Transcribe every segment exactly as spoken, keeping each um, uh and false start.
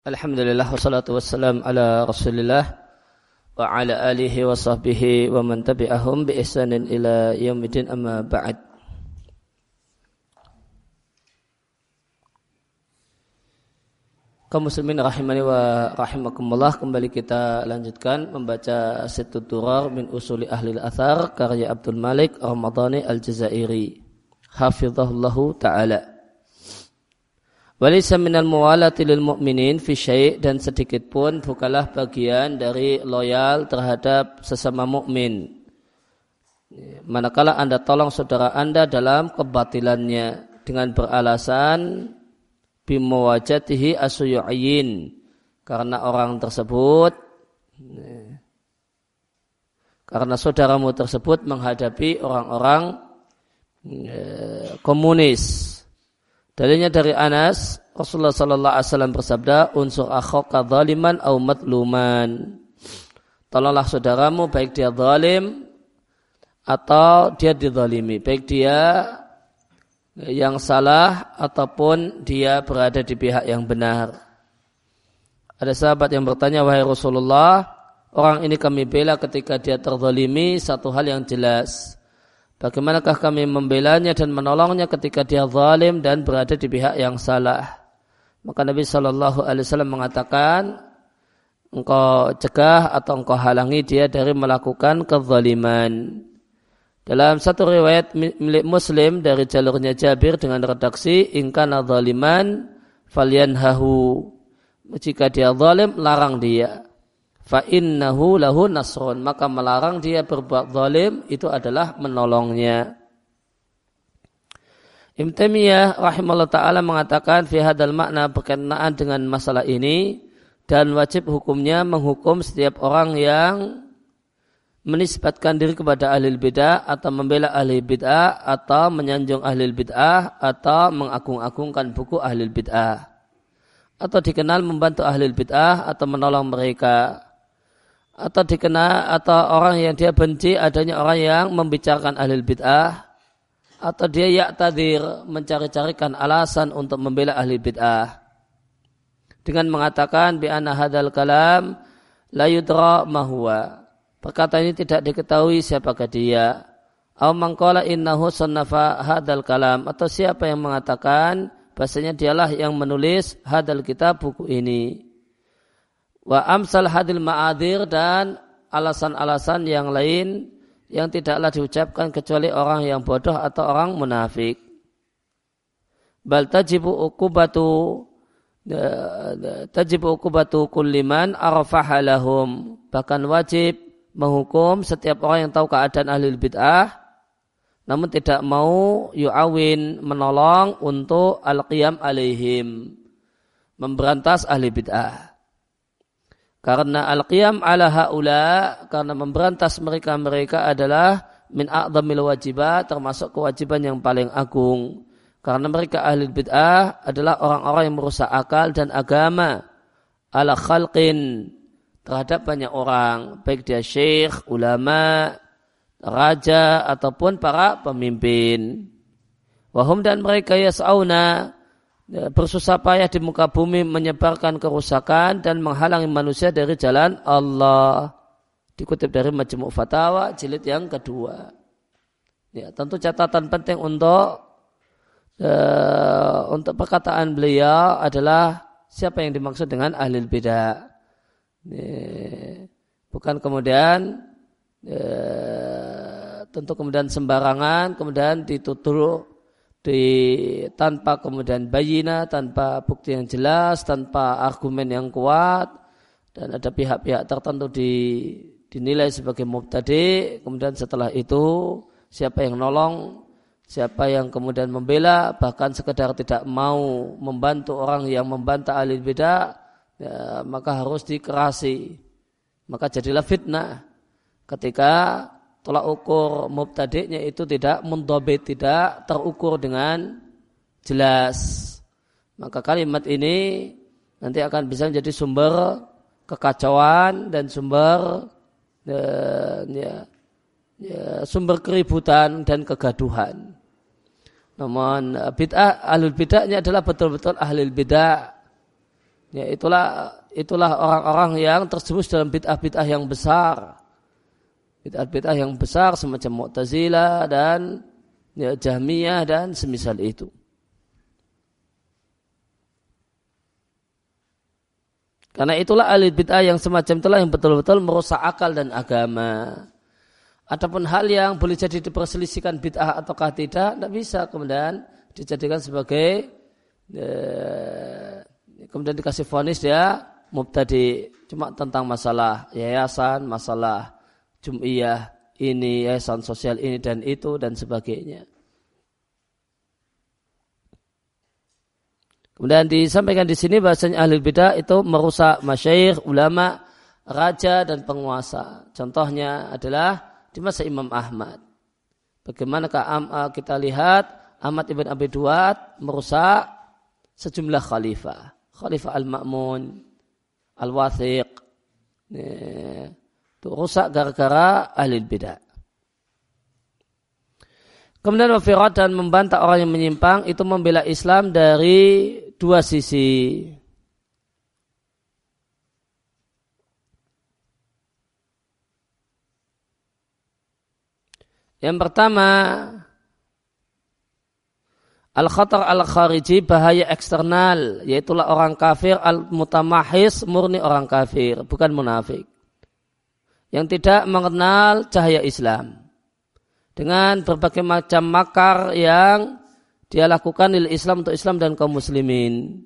Alhamdulillah wassalatu wassalam ala Rasulillah wa ala alihi wa sahbihi wa man tabi'ahum bi ihsanin ila yaumil amma ba'd. Kaum muslimin rahimani wa rahimakumullah, kembali kita lanjutkan membaca Sittut Durar min Usuli Ahlil Athar karya Abdul Malik Ramadhani Al-Jazairi hafizahullahu ta'ala. Walaysa minal muwalati lil mu'minin fi syai', dan sedikit pun bukanlah bagian dari loyal terhadap sesama mukmin manakala Anda tolong saudara Anda dalam kebatilannya dengan beralasan bimawajatihi asuyu'in, karena orang tersebut karena saudaramu tersebut menghadapi orang-orang komunis. Dalilnya dari Anas, Rasulullah sallallahu alaihi wasallam bersabda, unsur akhaka zaliman au matluman. Tolonglah saudaramu baik dia zalim atau dia dizalimi, baik dia yang salah ataupun dia berada di pihak yang benar. Ada sahabat yang bertanya, wahai Rasulullah, orang ini kami bela ketika dia terzalimi satu hal yang jelas. Bagaimanakah kami membelanya dan menolongnya ketika dia zalim dan berada di pihak yang salah? Maka Nabi shallallahu alaihi wasallam mengatakan, engkau cegah atau engkau halangi dia dari melakukan kezaliman. Dalam satu riwayat milik Muslim dari jalurnya Jabir dengan redaksi, in kana zaliman falyanhahu. Jika dia zalim, larang dia. Fa innahu lahu nasrun, maka melarang dia berbuat zalim itu adalah menolongnya. Ibnu Taimiyah rahimahullah taala mengatakan fi hadzal makna, berkenaan dengan masalah ini, dan wajib hukumnya menghukum setiap orang yang menisbatkan diri kepada ahli bid'ah atau membela ahli bid'ah atau menyanjung ahli bid'ah atau mengagung-agungkan buku ahli bid'ah atau dikenal membantu ahli bid'ah atau menolong mereka, atau dikenal atau orang yang dia benci adanya orang yang membicarakan ahli bid'ah, atau dia ya'tadzir mencari-carikan alasan untuk membela ahli bid'ah dengan mengatakan bi anna hadzal kalam la yudra ma huwa, perkataan ini tidak diketahui siapakah dia, aw man qala innahu sannafa hadzal kalam, atau siapa yang mengatakan bahasanya dialah yang menulis hadzal kitab, buku ini. Wa amsal hadil ma'adhir, dan alasan-alasan yang lain yang tidaklah diucapkan kecuali orang yang bodoh atau orang munafik. Bal tajibu uqubatu tajibu uqubatu kulli man arafaha lahum, bahkan wajib menghukum setiap orang yang tahu keadaan ahli bid'ah namun tidak mau yu'awin, menolong untuk al-qiyam alaihim, memberantas ahli bid'ah. Karena al-qiyam ala haula, karena memberantas mereka-mereka adalah min a'zamil wajibat, termasuk kewajiban yang paling agung. Karena mereka ahli bid'ah adalah orang-orang yang merusak akal dan agama ala khalqin, terhadap banyak orang, baik dia syekh, ulama, raja ataupun para pemimpin. Wahum, dan mereka yas'auna, bersusah payah di muka bumi menyebarkan kerusakan dan menghalangi manusia dari jalan Allah. Dikutip dari Majmu' Fatawa jilid yang kedua. Ya, tentu catatan penting untuk uh, untuk perkataan beliau adalah siapa yang dimaksud dengan ahli bidah. Ya, bukan kemudian ya, tentu kemudian sembarangan kemudian ditutur di tanpa kemudian bayina, tanpa bukti yang jelas, tanpa argumen yang kuat, dan ada pihak-pihak tertentu di, dinilai sebagai mubtadi. Kemudian setelah itu siapa yang nolong, siapa yang kemudian membela, bahkan sekedar tidak mau membantu orang yang membantah ahli bidah, ya, maka harus dikerasi. Maka jadilah fitnah ketika tolak ukur mubtadi'nya itu tidak mundhabit, tidak terukur dengan jelas. Maka kalimat ini nanti akan bisa menjadi sumber kekacauan dan sumber ya, ya, ya, sumber keributan dan kegaduhan. Namun bid'ah, ahlul bid'ahnya adalah betul-betul ahlul bid'ah Ya, itulah itulah orang-orang yang terjerumus dalam bid'ah-bid'ah yang besar. Bid'ah-bid'ah yang besar semacam Mu'tazilah dan ya, Jahmiyah dan semisal itu. Karena itulah ahli bid'ah yang semacam itulah yang betul-betul merusak akal dan agama. Adapun hal yang boleh jadi diperselisihkan bid'ah ataukah tidak, tidak bisa kemudian dijadikan sebagai eh, kemudian dikasih vonis dia mubtadi, cuma tentang masalah yayasan, masalah jum'iyah ini, yayasan sosial ini dan itu dan sebagainya. Kemudian disampaikan di sini bahasanya ahli bidah itu merusak masyayikh, ulama, raja dan penguasa. Contohnya adalah di masa Imam Ahmad. Bagaimanakah kita lihat Ahmad ibn Abi Duat merusak sejumlah khalifah. Khalifah Al-Ma'mun, Al-Wathiq. Itu rusak gara-gara ahli bidah. Kemudian wafirat dan membantah orang yang menyimpang itu membela Islam dari dua sisi. Yang pertama, al-khatar al-khariji, bahaya eksternal, yaitulah orang kafir al-mutamahis, murni orang kafir, bukan munafik, yang tidak mengenal cahaya Islam. Dengan berbagai macam makar yang dia lakukan lil Islam untuk Islam dan kaum muslimin.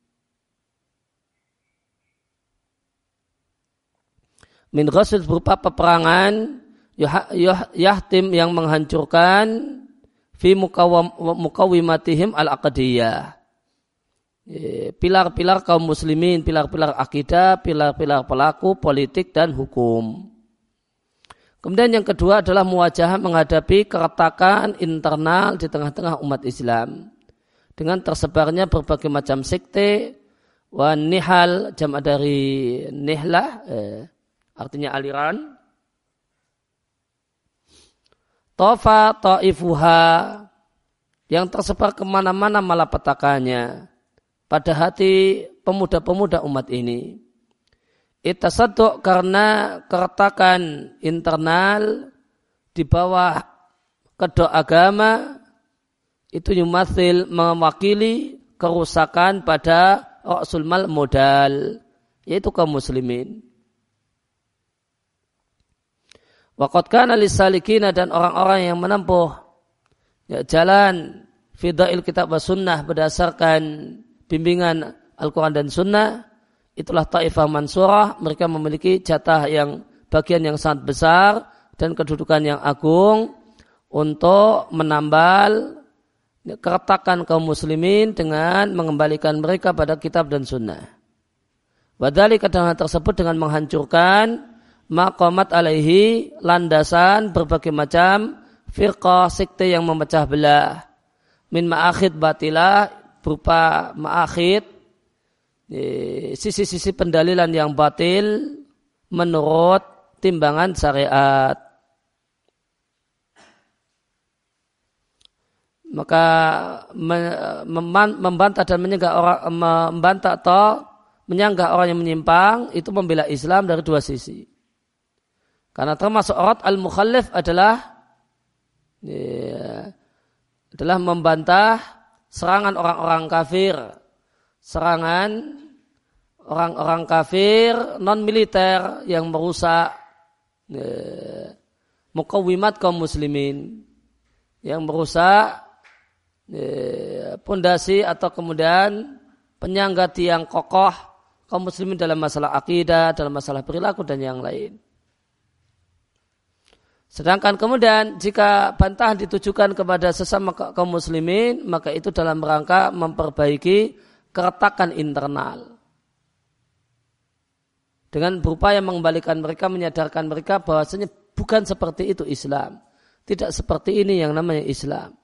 Min ghasil berupa peperangan yahtim yang menghancurkan fi mukawimatihim al-aqdiyah. Pilar-pilar kaum muslimin, pilar-pilar akidah, pilar-pilar pelaku politik dan hukum. Kemudian yang kedua adalah muwajahah menghadapi keretakan internal di tengah-tengah umat Islam dengan tersebarnya berbagai macam sekte wa nihal, jama' dari nihlah eh, artinya aliran, tofa ta'ifuha yang tersebar kemana-mana malapetakannya pada hati pemuda-pemuda umat ini. Itasaduk karena keretakan internal di bawah kedok agama itu yumathil mewakili kerusakan pada ra'sul mal modal, yaitu kaum muslimin. Waqad kana lisalikina, dan orang-orang yang menempuh ya, jalan fidail kitab wa sunnah berdasarkan bimbingan Al-Quran dan Sunnah, itulah Taifah Mansurah. Mereka memiliki jatah yang bagian yang sangat besar dan kedudukan yang agung untuk menambal keretakan kaum muslimin dengan mengembalikan mereka pada kitab dan sunnah. Wadhali kadang tersebut dengan menghancurkan maqamat alaihi, landasan berbagai macam firqah sekte yang memecah belah, min ma'akhid batilah, berupa ma'akhid sisi-sisi pendalilan yang batil menurut timbangan syariat. Maka membantah dan menyanggah orang, membantah atau menyanggah orang yang menyimpang itu membela Islam dari dua sisi. Karena termasuk rad al-mukhallif adalah ya, adalah membantah serangan orang-orang kafir, serangan orang-orang kafir non militer yang merusak ya, muqawwimat kaum muslimin, yang merusak pondasi ya, atau kemudian penyangga tiang kokoh kaum muslimin dalam masalah akidah, dalam masalah perilaku dan yang lain. Sedangkan kemudian jika bantahan ditujukan kepada sesama kaum muslimin, maka itu dalam rangka memperbaiki keretakan internal. Dengan berupaya mengembalikan mereka, menyadarkan mereka bahwasanya bukan seperti itu Islam. Tidak seperti ini yang namanya Islam.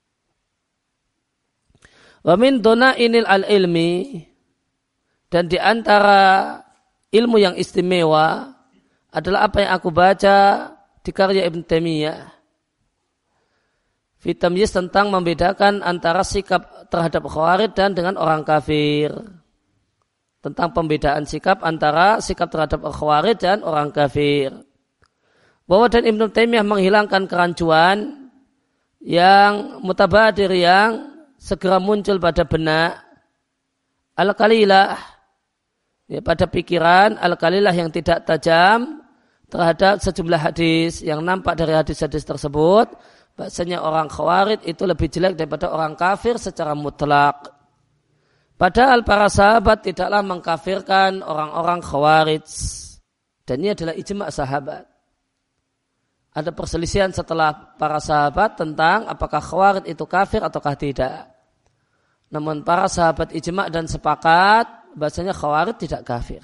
Wa min dona'inil al-ilmi, dan di antara ilmu yang istimewa adalah apa yang aku baca di karya Ibn Taimiyah, Fitamyiz, tentang membedakan antara sikap terhadap Khawarij dan dengan orang kafir. tentang pembedaan sikap antara sikap terhadap Khawarij dan orang kafir. Bahwa dan Ibnu Taimiyah menghilangkan kerancuan yang mutabadir yang segera muncul pada benak al-qalilah, ya, pada pikiran al-qalilah yang tidak tajam terhadap sejumlah hadis yang nampak dari hadis-hadis tersebut. Bahasanya orang Khawarij itu lebih jelek daripada orang kafir secara mutlak. Padahal para sahabat tidaklah mengkafirkan orang-orang Khawarij. Dan ini adalah ijma' sahabat. Ada perselisihan setelah para sahabat tentang apakah Khawarij itu kafir ataukah tidak. Namun para sahabat ijma' dan sepakat bahasanya Khawarij tidak kafir.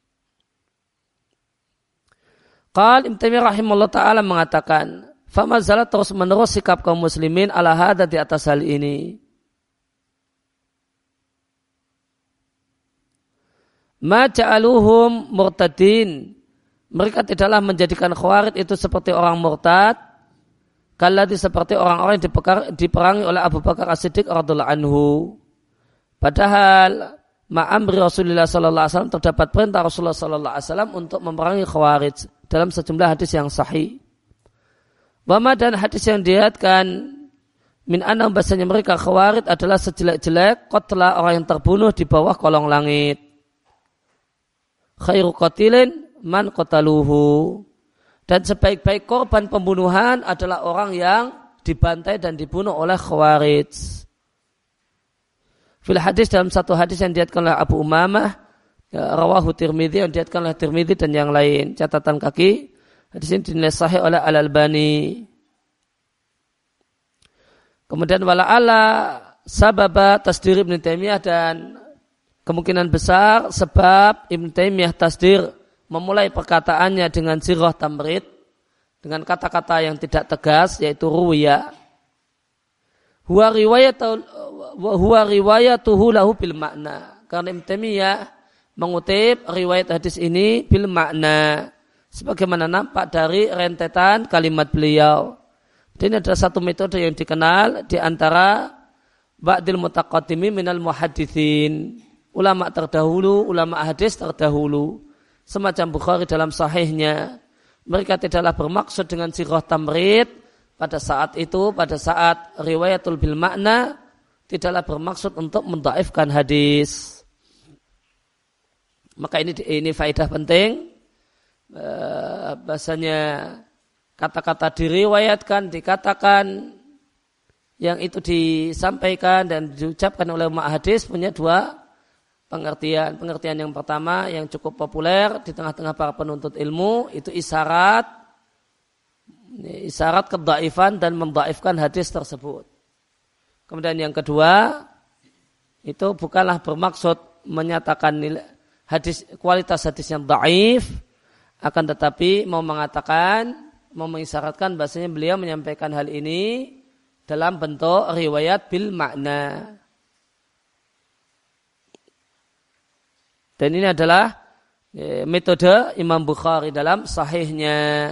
Qal Ibnu Taimiyah rahimahullah ta'ala mengatakan, famazalah terus menerus sikap kaum muslimin ala hadza di atas hal ini. Ma ja'aluhum murtadin. Mereka tidaklah menjadikan Khawarij itu seperti orang murtad, kalladzi seperti orang-orang yang diperangi oleh Abu Bakar As-Siddiq radhiyallahu anhu. Padahal ma'amri Rasulullah sallallahu alaihi wasallam terdapat perintah Rasulullah sallallahu alaihi wasallam untuk memerangi Khawarij dalam sejumlah hadis yang sahih. Wama dan hadis yang diriwayatkan min anna bahasanya mereka Khawarij adalah sejelek-jelek qatla orang yang terbunuh di bawah kolong langit. Khairu qatilin man qataluhu, dan sebaik-baik korban pembunuhan adalah orang yang dibantai dan dibunuh oleh Khawarij. Fil hadis dalam satu hadis yang diriwayatkan oleh Abu Umamah, ya, rawahu Tirmidzi, yang diriwayatkan oleh Tirmidzi dan yang lain. Catatan kaki, hadis ini dinilai sahih oleh Al-Albani. Kemudian wala'ala sababa tasdir Ibnu Taimiyah, dan kemungkinan besar sebab Ibnu Taimiyah tasdir memulai perkataannya dengan sirah tamrid, dengan kata-kata yang tidak tegas, yaitu ruwiya. Huwa riwayatu huwa riwayatuhu lahu bil makna. Karena Ibnu Taimiyah mengutip riwayat hadis ini bil makna, sebagaimana nampak dari rentetan kalimat beliau. Dan ini adalah satu metode yang dikenal di antara ba'dil mutaqaddimi minal muhadditsin, ulama terdahulu, ulama hadis terdahulu, semacam Bukhari dalam sahihnya. Mereka tidaklah bermaksud dengan sirah tamrid pada saat itu, pada saat riwayatul bil makna, tidaklah bermaksud untuk mendhaifkan hadis. Maka ini ini faedah penting. Uh, bahasanya kata-kata diriwayatkan, dikatakan, yang itu disampaikan dan diucapkan oleh ulama hadis punya dua pengertian. Pengertian yang pertama yang cukup populer di tengah-tengah para penuntut ilmu, itu isyarat isyarat kedhaifan dan mendhaifkan hadis tersebut. Kemudian yang kedua, itu bukanlah bermaksud menyatakan nilai hadis, kualitas hadis yang dhaif, akan tetapi mau mengatakan, mau mengisyaratkan bahasanya beliau menyampaikan hal ini dalam bentuk riwayat bil makna. Dan ini adalah e, metode Imam Bukhari dalam sahihnya.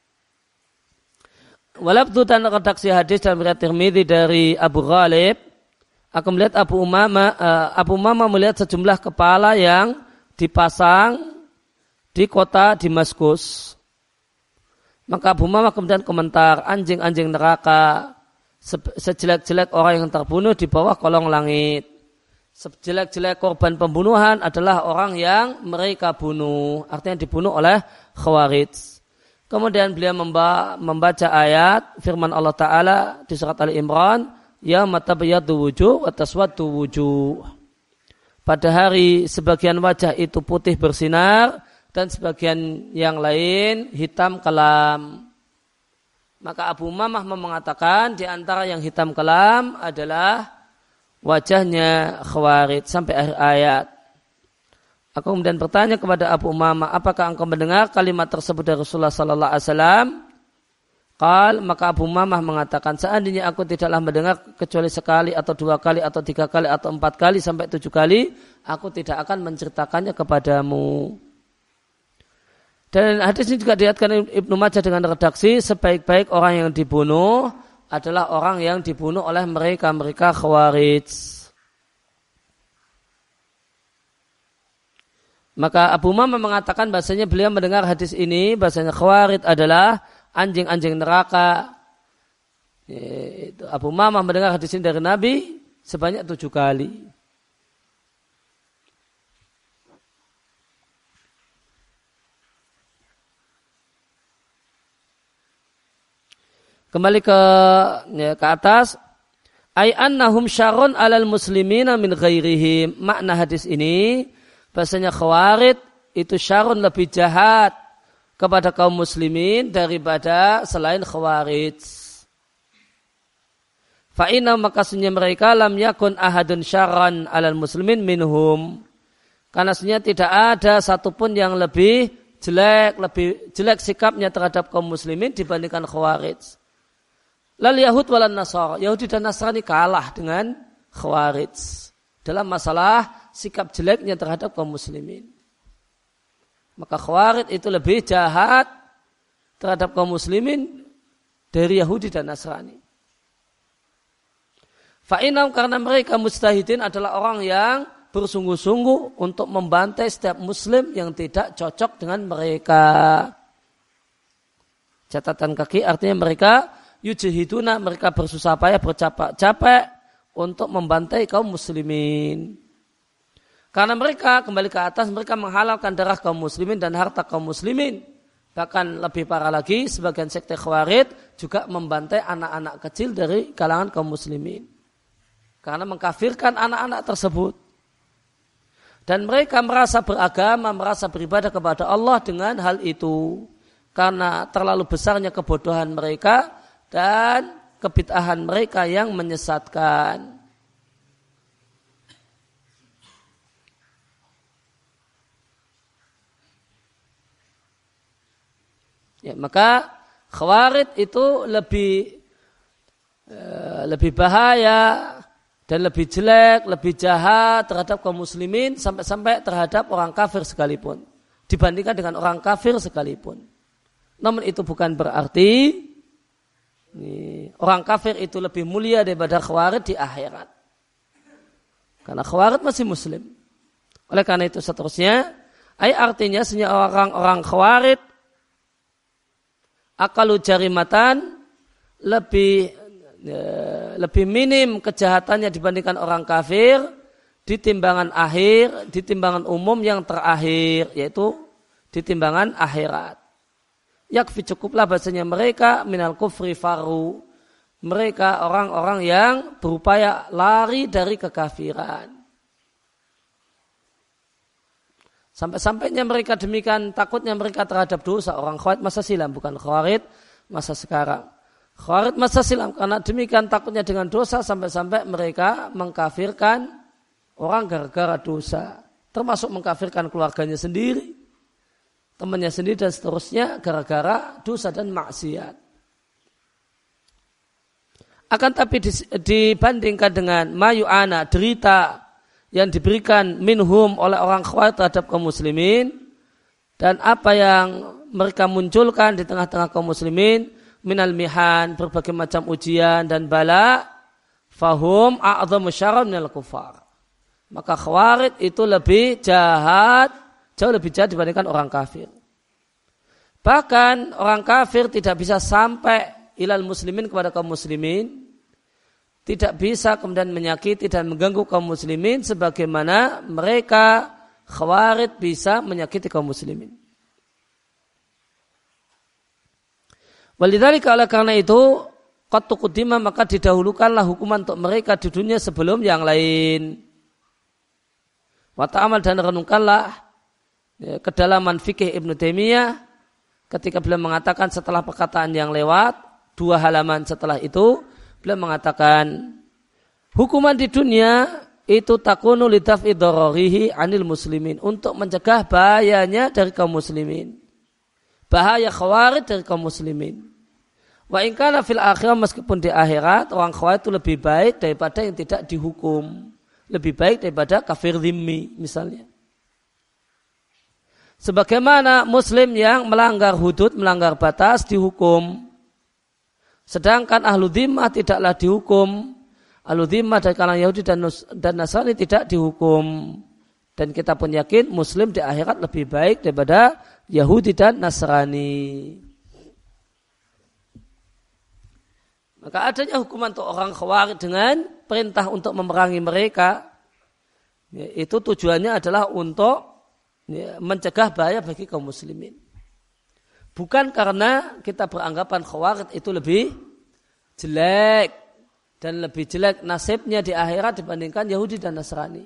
Walabdu dan redaksi hadis dalam riwayat Tirmidzi dari Abu Ghalib, aku melihat Abu Umama, uh, Abu Umama melihat sejumlah kepala yang dipasang di kota Damaskus. Maka Abu Umama kemudian komentar, anjing-anjing neraka, sejelek-jelek orang yang terbunuh di bawah kolong langit. Sejelek-jelek korban pembunuhan adalah orang yang mereka bunuh, artinya dibunuh oleh Khawarij. Kemudian beliau membaca ayat firman Allah Ta'ala di surat Ali Imran, ya matabayyadu wujuh wa taswaddu wujuh. Pada hari sebagian wajah itu putih bersinar dan sebagian yang lain hitam kelam. Maka Abu Umamah mengatakan di antara yang hitam kelam adalah wajahnya Khawarij sampai akhir ayat. Aku kemudian bertanya kepada Abu Umamah, apakah engkau mendengar kalimat tersebut dari Rasulullah sallallahu alaihi wasallam? Qal, maka Abu Umamah mengatakan, seandainya aku tidaklah mendengar kecuali sekali atau dua kali atau tiga kali atau empat kali sampai tujuh kali, aku tidak akan menceritakannya kepadamu. Dan hadis ini juga diriwayatkan Ibnu Majah dengan redaksi, sebaik-baik orang yang dibunuh adalah orang yang dibunuh oleh mereka-mereka Khawarij. Maka Abu Umamah mengatakan bahasanya beliau mendengar hadis ini, bahasanya Khawarij adalah anjing-anjing neraka. Itu Abu Umamah mendengar hadis ini dari Nabi sebanyak tujuh kali. Kembali ke ya, ke atas. Ay annahum syarrun alal muslimina min ghairihim. Makna hadis ini bahasanya Khawarij itu syarrun lebih jahat kepada kaum muslimin daripada selain Khawarij. Fa inna maka sunnya mereka lam yakun ahadun syarran alal muslimin minhum. Karena sunnya tidak ada satupun yang lebih jelek, lebih jelek sikapnya terhadap kaum muslimin dibandingkan Khawarij. Lal Yahud walan Nasara, Yahudi dan Nasrani kalah dengan Khawarij dalam masalah sikap jeleknya terhadap kaum muslimin. Maka Khawarij itu lebih jahat terhadap kaum muslimin dari Yahudi dan Nasrani. Fa'inam karena mereka mujtahidin adalah orang yang bersungguh-sungguh untuk membantai setiap muslim yang tidak cocok dengan mereka. Catatan kaki artinya mereka yujahiduna, mereka bersusah payah, bercapek-capek untuk membantai kaum muslimin. Karena mereka kembali ke atas, mereka menghalalkan darah kaum muslimin dan harta kaum muslimin. Bahkan lebih parah lagi, sebagian sekte Khawarij juga membantai anak-anak kecil dari kalangan kaum muslimin. Karena mengkafirkan anak-anak tersebut. Dan mereka merasa beragama, merasa beribadah kepada Allah dengan hal itu. Karena terlalu besarnya kebodohan mereka dan kebid'ahan mereka yang menyesatkan. Ya, maka Khawarij itu lebih uh, lebih bahaya dan lebih jelek, lebih jahat terhadap kaum muslimin sampai-sampai terhadap orang kafir sekalipun, dibandingkan dengan orang kafir sekalipun. Namun itu bukan berarti ini, orang kafir itu lebih mulia daripada Khawarij di akhirat. Karena Khawarij masih muslim. Oleh karena itu seterusnya, ay artinya sebenarnya orang-orang Khawarij akalu jarimatan lebih lebih minim kejahatannya dibandingkan orang kafir di timbangan akhir, di timbangan umum yang terakhir, yaitu di timbangan akhirat. Yakfi cukuplah bahasanya mereka minal kufri faru. Mereka orang-orang yang berupaya lari dari kekafiran. Sampai-sampainya mereka demikian takutnya mereka terhadap dosa. Orang Khawarij masa silam, bukan Khawarij masa sekarang. Khawarij masa silam karena demikian takutnya dengan dosa sampai-sampai mereka mengkafirkan orang gara-gara dosa. Termasuk mengkafirkan keluarganya sendiri, temannya sendiri dan seterusnya gara-gara dosa dan maksiat. Akan tapi dibandingkan dengan mayu'ana, derita yang diberikan minhum oleh orang Khawarij terhadap kaum muslimin dan apa yang mereka munculkan di tengah-tengah kaum muslimin minal mihan, berbagai macam ujian dan bala, fahum a'dhamu syarran minal kufar. Maka Khawarij itu lebih jahat, jauh lebih jahat dibandingkan orang kafir. Bahkan orang kafir tidak bisa sampai ilal muslimin kepada kaum muslimin, tidak bisa kemudian menyakiti dan mengganggu kaum muslimin sebagaimana mereka Khawarij bisa menyakiti kaum muslimin. Walidzalika oleh karena itu qad tuqaddima maka didahulukanlah hukuman untuk mereka di dunia sebelum yang lain. Wa ta'amal dan renungkanlah ya, kedalaman fikih Ibnu Taimiyah ketika beliau mengatakan setelah perkataan yang lewat dua halaman setelah itu beliau mengatakan hukuman di dunia itu takunu lidaf'i dararihi 'anil muslimin, untuk mencegah bahayanya dari kaum muslimin. Bahaya Khawarij dari kaum muslimin. Wa in kana fil akhirah, meskipun di akhirat orang Khawarij itu lebih baik daripada yang tidak dihukum, lebih baik daripada kafir dhimmi misalnya. Sebagaimana muslim yang melanggar hudud, melanggar batas dihukum, sedangkan ahlu dhimmah tidaklah dihukum. Ahlu dhimmah dari kalangan Yahudi dan Nasrani tidak dihukum Dan kita pun yakin Muslim di akhirat lebih baik daripada Yahudi dan Nasrani. Maka adanya hukuman untuk orang Khawarij dengan perintah untuk memerangi mereka, ya, itu tujuannya adalah untuk ya, mencegah bahaya bagi kaum muslimin. Bukan karena kita beranggapan Khawarij itu lebih jelek dan lebih jelek nasibnya di akhirat dibandingkan Yahudi dan Nasrani.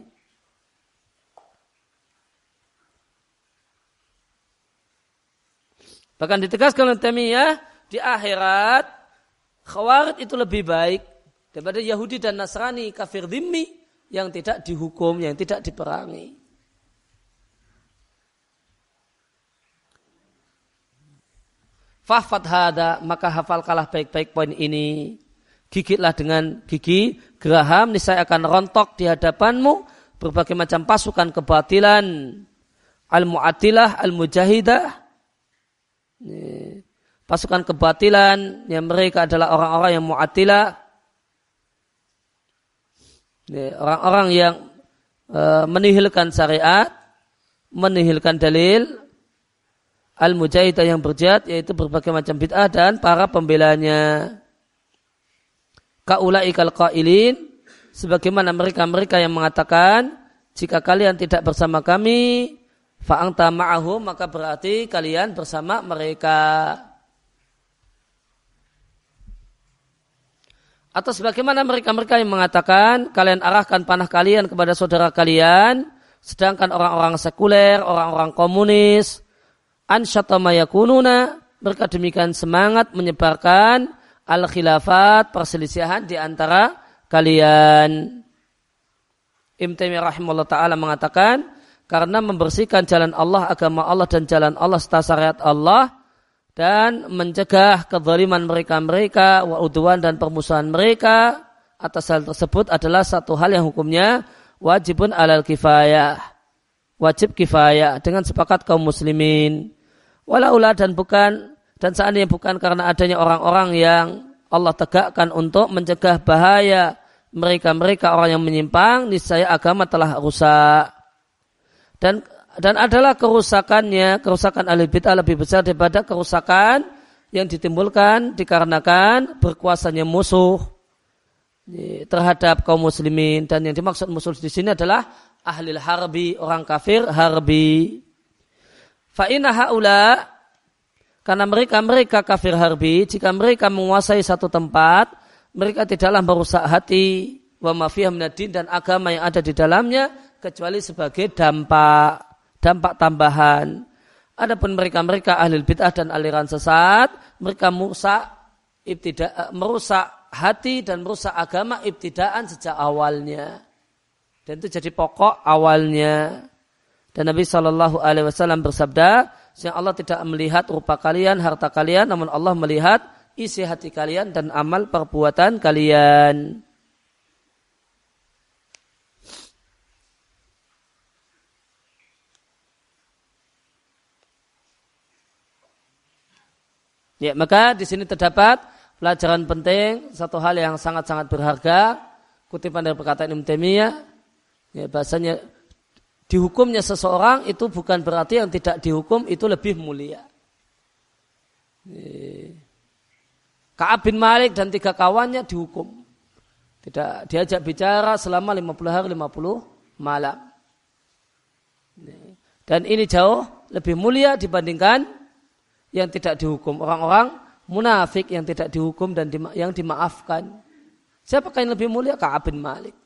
Bahkan ditegaskan oleh Taimiyah, di akhirat Khawarij itu lebih baik daripada Yahudi dan Nasrani kafir dhimmi yang tidak dihukum, yang tidak diperangi. Fahfad hada, maka hafalkalah baik-baik poin ini. Gigitlah dengan gigi geraham, niscaya akan rontok di hadapanmu berbagai macam pasukan kebatilan. Al-mu'attilah, al-mujahidah. Pasukan kebatilan yang mereka adalah orang-orang yang mu'attilah. Orang-orang yang e, menihilkan syariat, menihilkan dalil. Al-mujahidah yang berjihad, yaitu berbagai macam bid'ah dan para pembelanya. Kaulaikal qailin, sebagaimana mereka-mereka yang mengatakan, jika kalian tidak bersama kami, fa'angta ma'ahum, maka berarti kalian bersama mereka. Atau sebagaimana mereka-mereka yang mengatakan, kalian arahkan panah kalian kepada saudara kalian, sedangkan orang-orang sekuler, orang-orang komunis, ansyatama yakununa, mereka demikian semangat menyebarkan al-khilafat, perselisihan di antara kalian. Ibnu Taimiyah rahimahullah ta'ala mengatakan, karena membersihkan jalan Allah, agama Allah dan jalan Allah serta syariat Allah, dan mencegah kezaliman mereka-mereka, wa'udwan dan permusuhan mereka, atas hal tersebut adalah satu hal yang hukumnya wajibun alal kifayah, wajib kifayah dengan sepakat kaum muslimin. Walaulah dan bukan, dan seandainya bukan karena adanya orang-orang yang Allah tegakkan untuk mencegah bahaya mereka-mereka orang yang menyimpang, niscaya agama telah rusak. Dan dan adalah kerusakannya, kerusakan ahli bid'ah lebih besar daripada kerusakan yang ditimbulkan dikarenakan berkuasanya musuh terhadap kaum muslimin. Dan yang dimaksud musuh di sini adalah ahli harbi, orang kafir harbi. Fa inna haula, karena mereka-mereka kafir harbi, jika mereka menguasai satu tempat, mereka tidaklah merusak hati wa ma fiha minad-din dan agama yang ada di dalamnya kecuali sebagai dampak dampak tambahan. Adapun mereka-mereka ahli bid'ah dan aliran sesat, mereka merusak ibtida, merusak hati dan merusak agama ibtidaan sejak awalnya. Dan itu jadi pokok awalnya. Dan Nabi shallallahu alaihi wasallam bersabda, sehingga Allah tidak melihat rupa kalian, harta kalian, namun Allah melihat isi hati kalian dan amal perbuatan kalian. Ya, maka di sini terdapat pelajaran penting, satu hal yang sangat-sangat berharga, kutipan dari perkataan Ibnu Taimiyah, ya, bahasanya dihukumnya seseorang itu bukan berarti yang tidak dihukum itu lebih mulia. Ka'ab bin Malik dan tiga kawannya dihukum. Tidak diajak bicara selama lima puluh hari lima puluh malam. Dan ini jauh lebih mulia dibandingkan yang tidak dihukum. Orang-orang munafik yang tidak dihukum dan di, yang dimaafkan. Siapakah yang lebih mulia? Ka'ab bin Malik.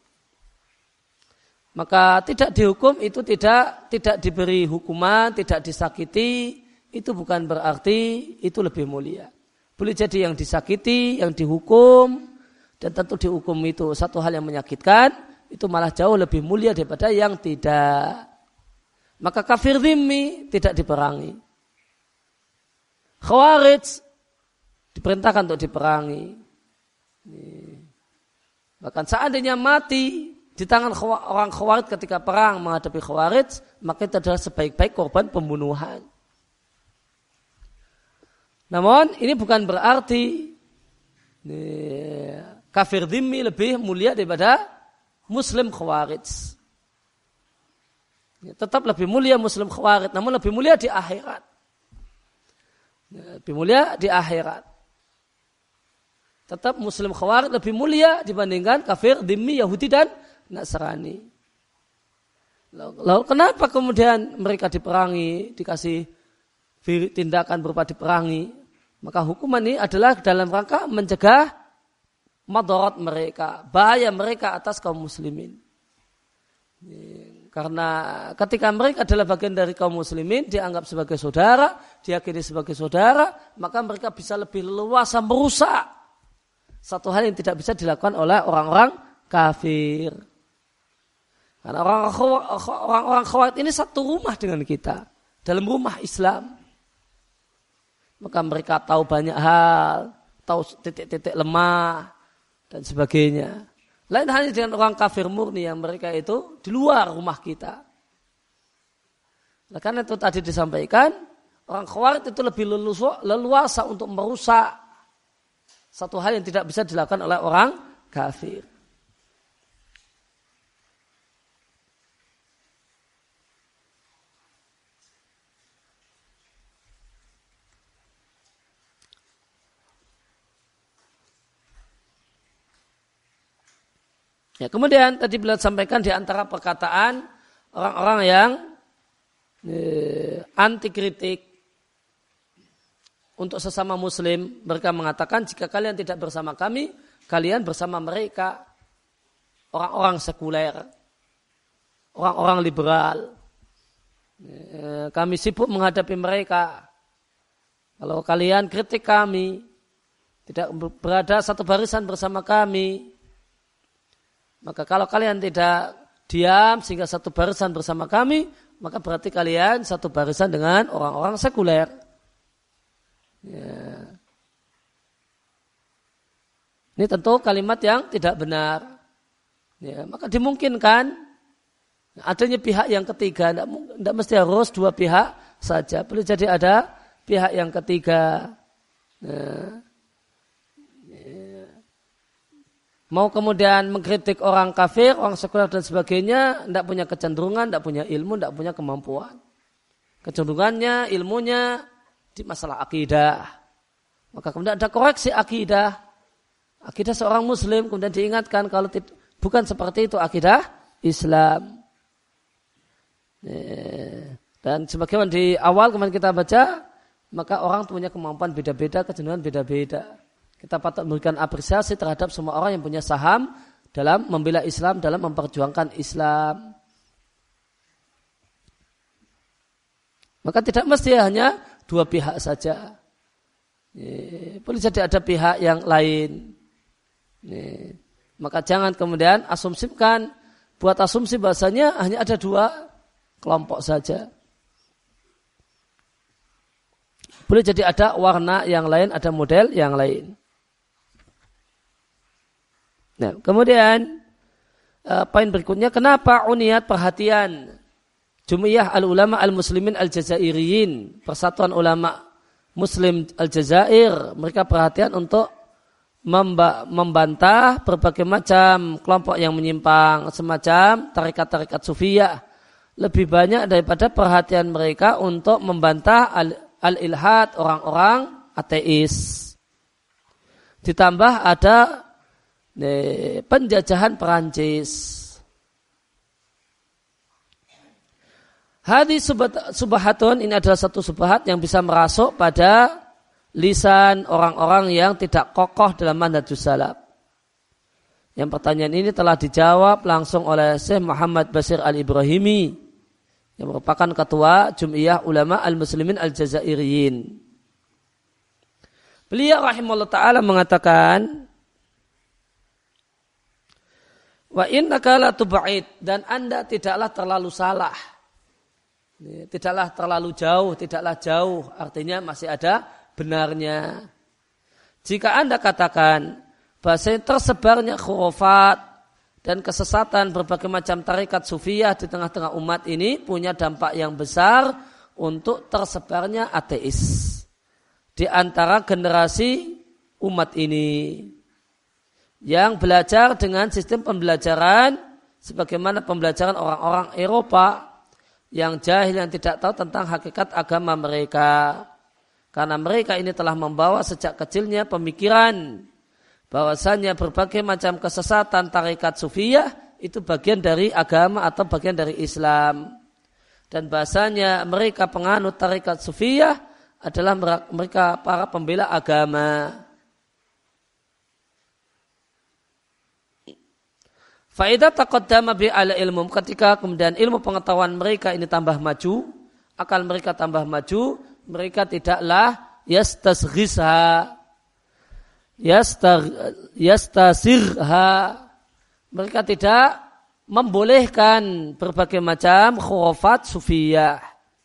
Maka tidak dihukum itu tidak tidak diberi hukuman, tidak disakiti, itu bukan berarti itu lebih mulia. Boleh jadi yang disakiti, yang dihukum, dan tentu dihukum itu satu hal yang menyakitkan, itu malah jauh lebih mulia daripada yang tidak. Maka kafir dhimmi tidak diperangi. Khawarij diperintahkan untuk diperangi. Bahkan seandainya mati di tangan orang Khawarij ketika perang menghadapi Khawarij, maka itu adalah sebaik-baik korban pembunuhan. Namun ini bukan berarti ini, kafir dhimmi lebih mulia daripada Muslim Khawarij. Tetap lebih mulia Muslim Khawarij, namun lebih mulia di akhirat. Lebih mulia di akhirat. Tetap Muslim Khawarij lebih mulia dibandingkan kafir, dhimmi, Yahudi dan Nasrani. Lalu kenapa kemudian mereka diperangi, dikasih tindakan berupa diperangi? Maka hukuman ini adalah dalam rangka mencegah madarat mereka, bahaya mereka atas kaum muslimin. Karena ketika mereka adalah bagian dari kaum muslimin, dianggap sebagai saudara, diyakini sebagai saudara, maka mereka bisa lebih leluasa merusak satu hal yang tidak bisa dilakukan oleh orang-orang kafir. Karena orang-orang Khawarij ini satu rumah dengan kita, dalam rumah Islam. Maka mereka tahu banyak hal, tahu titik-titik lemah, dan sebagainya. Lain halnya dengan orang kafir murni yang mereka itu di luar rumah kita. Nah, karena itu tadi disampaikan, orang Khawarij itu lebih leluasa untuk merusak satu hal yang tidak bisa dilakukan oleh orang kafir. Ya, kemudian tadi beliau sampaikan di antara perkataan orang-orang yang eh, anti kritik untuk sesama muslim, mereka mengatakan jika kalian tidak bersama kami, kalian bersama mereka, orang-orang sekuler, orang-orang liberal. Eh, kami sibuk menghadapi mereka. Kalau kalian kritik kami, tidak berada satu barisan bersama kami, maka kalau kalian tidak diam sehingga satu barisan bersama kami, maka berarti kalian satu barisan dengan orang-orang sekuler. Ya. Ini tentu kalimat yang tidak benar. Ya, maka dimungkinkan adanya pihak yang ketiga, tidak, tidak mesti harus dua pihak saja. Boleh jadi ada pihak yang ketiga. Ya. Mau kemudian mengkritik orang kafir, orang sekuler dan sebagainya, tidak punya kecenderungan, tidak punya ilmu, tidak punya kemampuan. Kecenderungannya, ilmunya di masalah akidah. Maka kemudian ada koreksi akidah. Akidah seorang muslim kemudian diingatkan kalau tidak, bukan seperti itu akidah Islam. Dan sebagaimana di awal kemarin kita baca, maka orang punya kemampuan beda-beda, kecenderungan beda-beda. Kita patut memberikan apresiasi terhadap semua orang yang punya saham dalam membela Islam, dalam memperjuangkan Islam. Maka tidak mesti hanya dua pihak saja. Boleh jadi ada pihak yang lain. Maka jangan kemudian asumsikan, buat asumsi bahasanya hanya ada dua kelompok saja. Boleh jadi ada warna yang lain, ada model yang lain. Nah, kemudian uh, poin berikutnya, kenapa uniyat perhatian Jum'iyah al-Ulama al-Muslimin al-Jazairiyin, Persatuan Ulama Muslim al-Jazair, mereka perhatian untuk memba- membantah berbagai macam kelompok yang menyimpang, semacam tarekat-tarekat sufiyah, lebih banyak daripada perhatian mereka untuk membantah al- al-ilhad, orang-orang ateis. Ditambah ada penjajahan Perancis. Hadis subhatun, ini adalah satu subhat yang bisa merasuk pada lisan orang-orang yang tidak kokoh dalam manhajus salaf. Yang pertanyaan ini telah dijawab langsung oleh Syekh Muhammad Bashir Al-Ibrahimi yang merupakan ketua Jum'iyah Ulama Al-Muslimin Al-Jazairiyin. Beliau rahimahullah ta'ala mengatakan, wa innaka la tub'id, dan Anda tidaklah terlalu salah. Tidaklah terlalu jauh, tidaklah jauh, artinya masih ada benarnya. Jika Anda katakan bahwa tersebarnya khurafat dan kesesatan berbagai macam tarekat sufiyah di tengah-tengah umat ini punya dampak yang besar untuk tersebarnya ateis di antara generasi umat ini yang belajar dengan sistem pembelajaran sebagaimana pembelajaran orang-orang Eropa, yang jahil, yang tidak tahu tentang hakikat agama mereka. Karena mereka ini telah membawa sejak kecilnya pemikiran bahwasanya berbagai macam kesesatan tarekat sufiyah itu bagian dari agama atau bagian dari Islam. Dan bahasanya mereka penganut tarekat sufiyah adalah mereka para pembela agama. Faidah taqaddama bi ala ilmum, ketika kemudian ilmu pengetahuan mereka ini tambah maju, akal mereka tambah maju, mereka tidaklah yastasghizha yastar yastasirha, mereka tidak membolehkan berbagai macam khurafat sufiyah.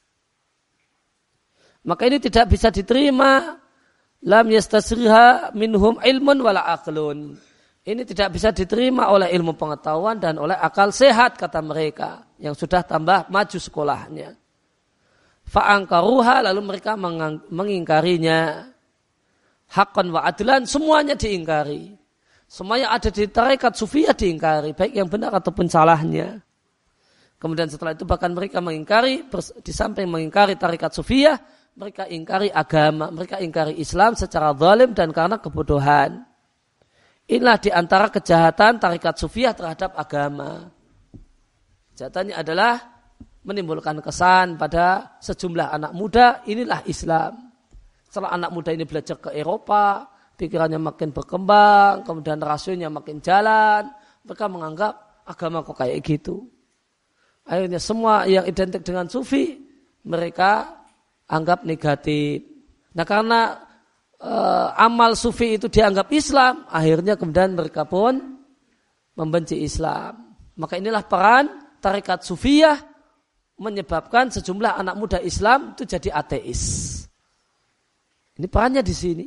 Maka ini tidak bisa diterima, lam yastasirha minhum ilmun wala aqlun. Ini tidak bisa diterima oleh ilmu pengetahuan dan oleh akal sehat, kata mereka yang sudah tambah maju sekolahnya. Fa'angkaruha, lalu mereka mengingkarinya. Haqqan wa adlan, semuanya diingkari. Semua yang ada di tarekat sufiyah diingkari, baik yang benar ataupun salahnya. Kemudian setelah itu bahkan mereka mengingkari, di samping mengingkari tarekat sufiyah, mereka ingkari agama, mereka ingkari Islam secara zalim dan karena kebodohan. Inilah di antara kejahatan tarekat sufiyah terhadap agama. Kejahatannya adalah menimbulkan kesan pada sejumlah anak muda, inilah Islam. Setelah anak muda ini belajar ke Eropa, pikirannya makin berkembang, kemudian rasionya makin jalan, mereka menganggap agama kok kayak gitu. Akhirnya semua yang identik dengan sufi, mereka anggap negatif. Nah karena Uh, amal sufi itu dianggap Islam, akhirnya kemudian mereka pun membenci Islam. Maka inilah peran tarekat sufiyah menyebabkan sejumlah anak muda Islam itu jadi ateis. Ini perannya di sini.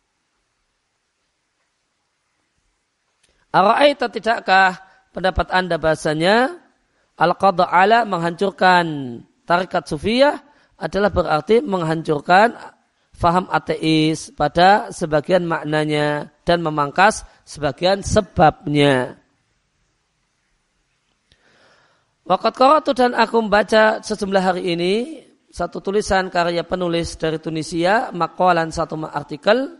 Ara'aita, tidakkah pendapat Anda bahasanya al-qadha ala, menghancurkan tarekat sufiyah adalah berarti menghancurkan faham ateis pada sebagian maknanya dan memangkas sebagian sebabnya. Waqad qara'tu, dan aku membaca sejumlah hari ini satu tulisan karya penulis dari Tunisia, maqalan, satu artikel,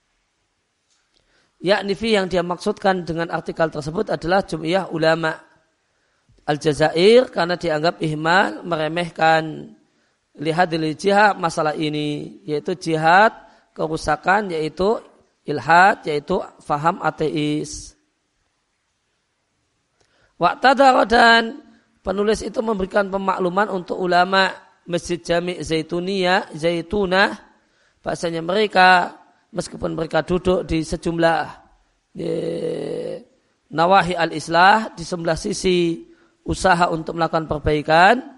yakni fi, yang dia maksudkan dengan artikel tersebut adalah Jum'iyah Ulama Al-Jazair, karena dianggap ihmal, meremehkan lihadil jihad, masalah ini, yaitu jihad kerusakan, yaitu ilhad, yaitu faham ateis. Waqtadara, dan penulis itu memberikan pemakluman untuk ulama Masjid Jami' Zaituniyah, Zaitunah, bahasanya mereka meskipun mereka duduk di sejumlah di nawahi al-islah, di sebelah sisi usaha untuk melakukan perbaikan,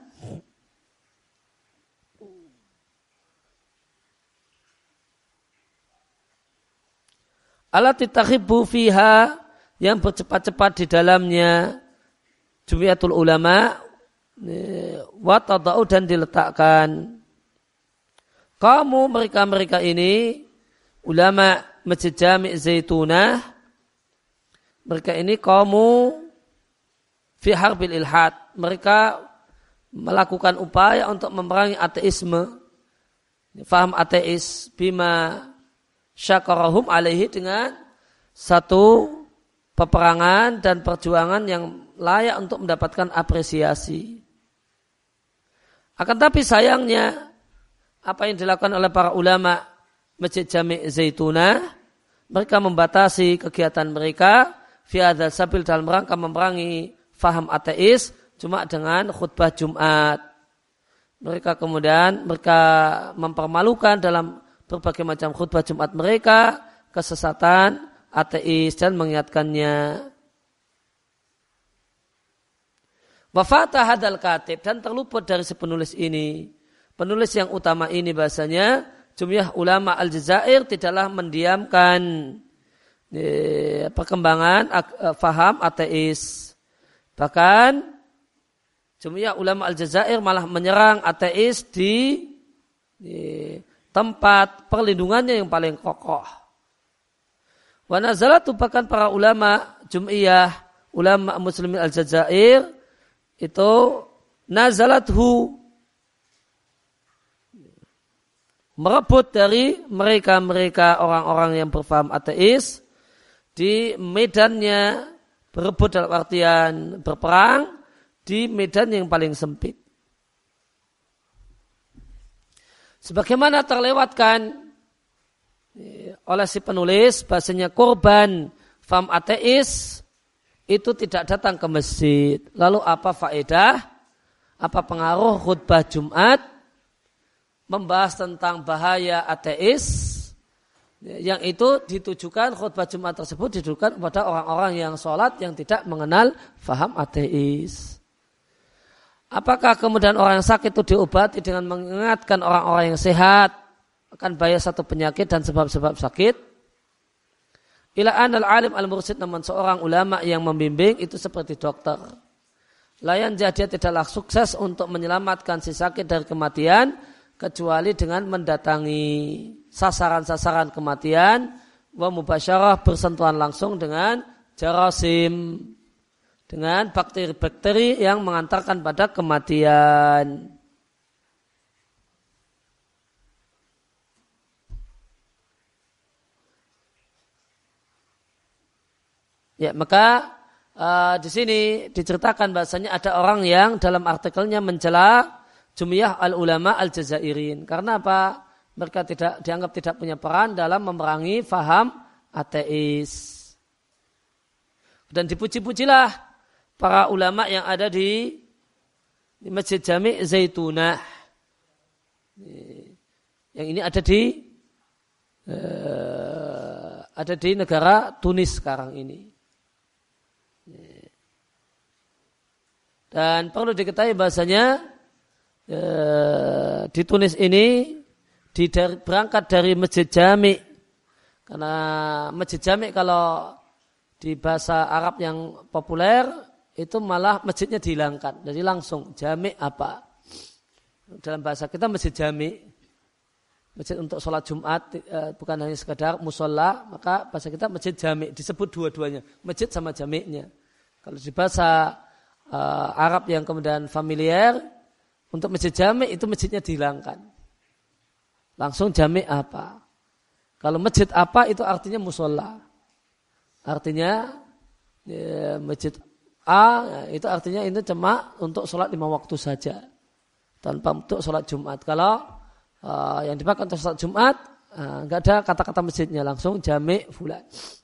alati takhibbu fiha, yang bercepat-cepat di dalamnya Jumiyatul Ulama, wa tadau, dan diletakkan. Kamu mereka-mereka ini ulama Masjid Jami' Zaitunah, mereka ini kamu fi harbil ilhad, mereka melakukan upaya untuk memerangi ateisme, faham ateis, bima syakarahum alaihi, dengan satu peperangan dan perjuangan yang layak untuk mendapatkan apresiasi. Akan tapi sayangnya apa yang dilakukan oleh para ulama Masjid Jami' Zaitunah, mereka membatasi kegiatan mereka fi hadzal sabil, dalam rangka memerangi faham ateis cuma dengan khutbah Jumat. Mereka kemudian mereka mempermalukan dalam berbagai macam khutbah Jumat mereka kesesatan ateis dan mengingatkannya. Wafata hadal katib, dan terluput dari si penulis ini. Penulis yang utama ini bahasanya Jum'iyah Ulama Al-Jazair tidaklah mendiamkan eh, perkembangan eh, faham ateis. Bahkan Jum'iyah Ulama Al-Jazair malah menyerang ateis di, di tempat perlindungannya yang paling kokoh. Wa nazalatu, bahkan para ulama Jum'iyah Ulama Muslimin Al-Jazair itu nazalathu, merebut dari mereka-mereka orang-orang yang berfaham ateis di medannya, berebut dalam artian berperang di medan yang paling sempit. Sebagaimana terlewatkan oleh si penulis, bahasanya korban faham ateis itu tidak datang ke masjid. Lalu apa faedah, apa pengaruh khutbah Jumat membahas tentang bahaya ateis, yang itu ditujukan, khutbah Jumat tersebut ditujukan kepada orang-orang yang sholat yang tidak mengenal faham ateis. Apakah kemudian orang yang sakit itu diobati dengan mengingatkan orang-orang yang sehat akan bahaya satu penyakit dan sebab-sebab sakit? Ila anal alim al-mursid, namun seorang ulama yang membimbing itu seperti dokter. Layan jadi tidaklah sukses untuk menyelamatkan si sakit dari kematian kecuali dengan mendatangi sasaran-sasaran kematian wa mubasyarah, bersentuhan langsung dengan jarasim, dengan bakteri-bakteri yang mengantarkan pada kematian. Ya, maka uh, di sini diceritakan bahasanya ada orang yang dalam artikelnya mencela Jumiyah al-ulama al-Jazairin. Karena apa? Mereka tidak dianggap tidak punya peran dalam memerangi faham ateis. Dan dipuji-pujilah para ulama yang ada di, di Masjid Jami' Zaitunah. Yang ini ada di uh, ada di negara Tunis sekarang ini. Dan perlu diketahui bahasanya E, di Tunis ini di, dari, berangkat dari Masjid Jami', karena Masjid Jami' kalau di bahasa Arab yang populer itu malah masjidnya dihilangkan, jadi langsung Jami' apa? Dalam bahasa kita Masjid Jami', masjid untuk sholat Jumat, e, bukan hanya sekadar musola, maka bahasa kita Masjid Jami', disebut dua-duanya, masjid sama jami'nya. Kalau di bahasa e, Arab yang kemudian familiar, untuk masjid jami' itu masjidnya dihilangkan. Langsung jami' apa? Kalau masjid apa itu artinya musola. Artinya ya, masjid A itu artinya ini cuma untuk sholat lima waktu saja. Tanpa untuk sholat Jumat. Kalau uh, yang dipakai untuk sholat Jumat, uh, enggak ada kata-kata masjidnya. Langsung jami' fulan.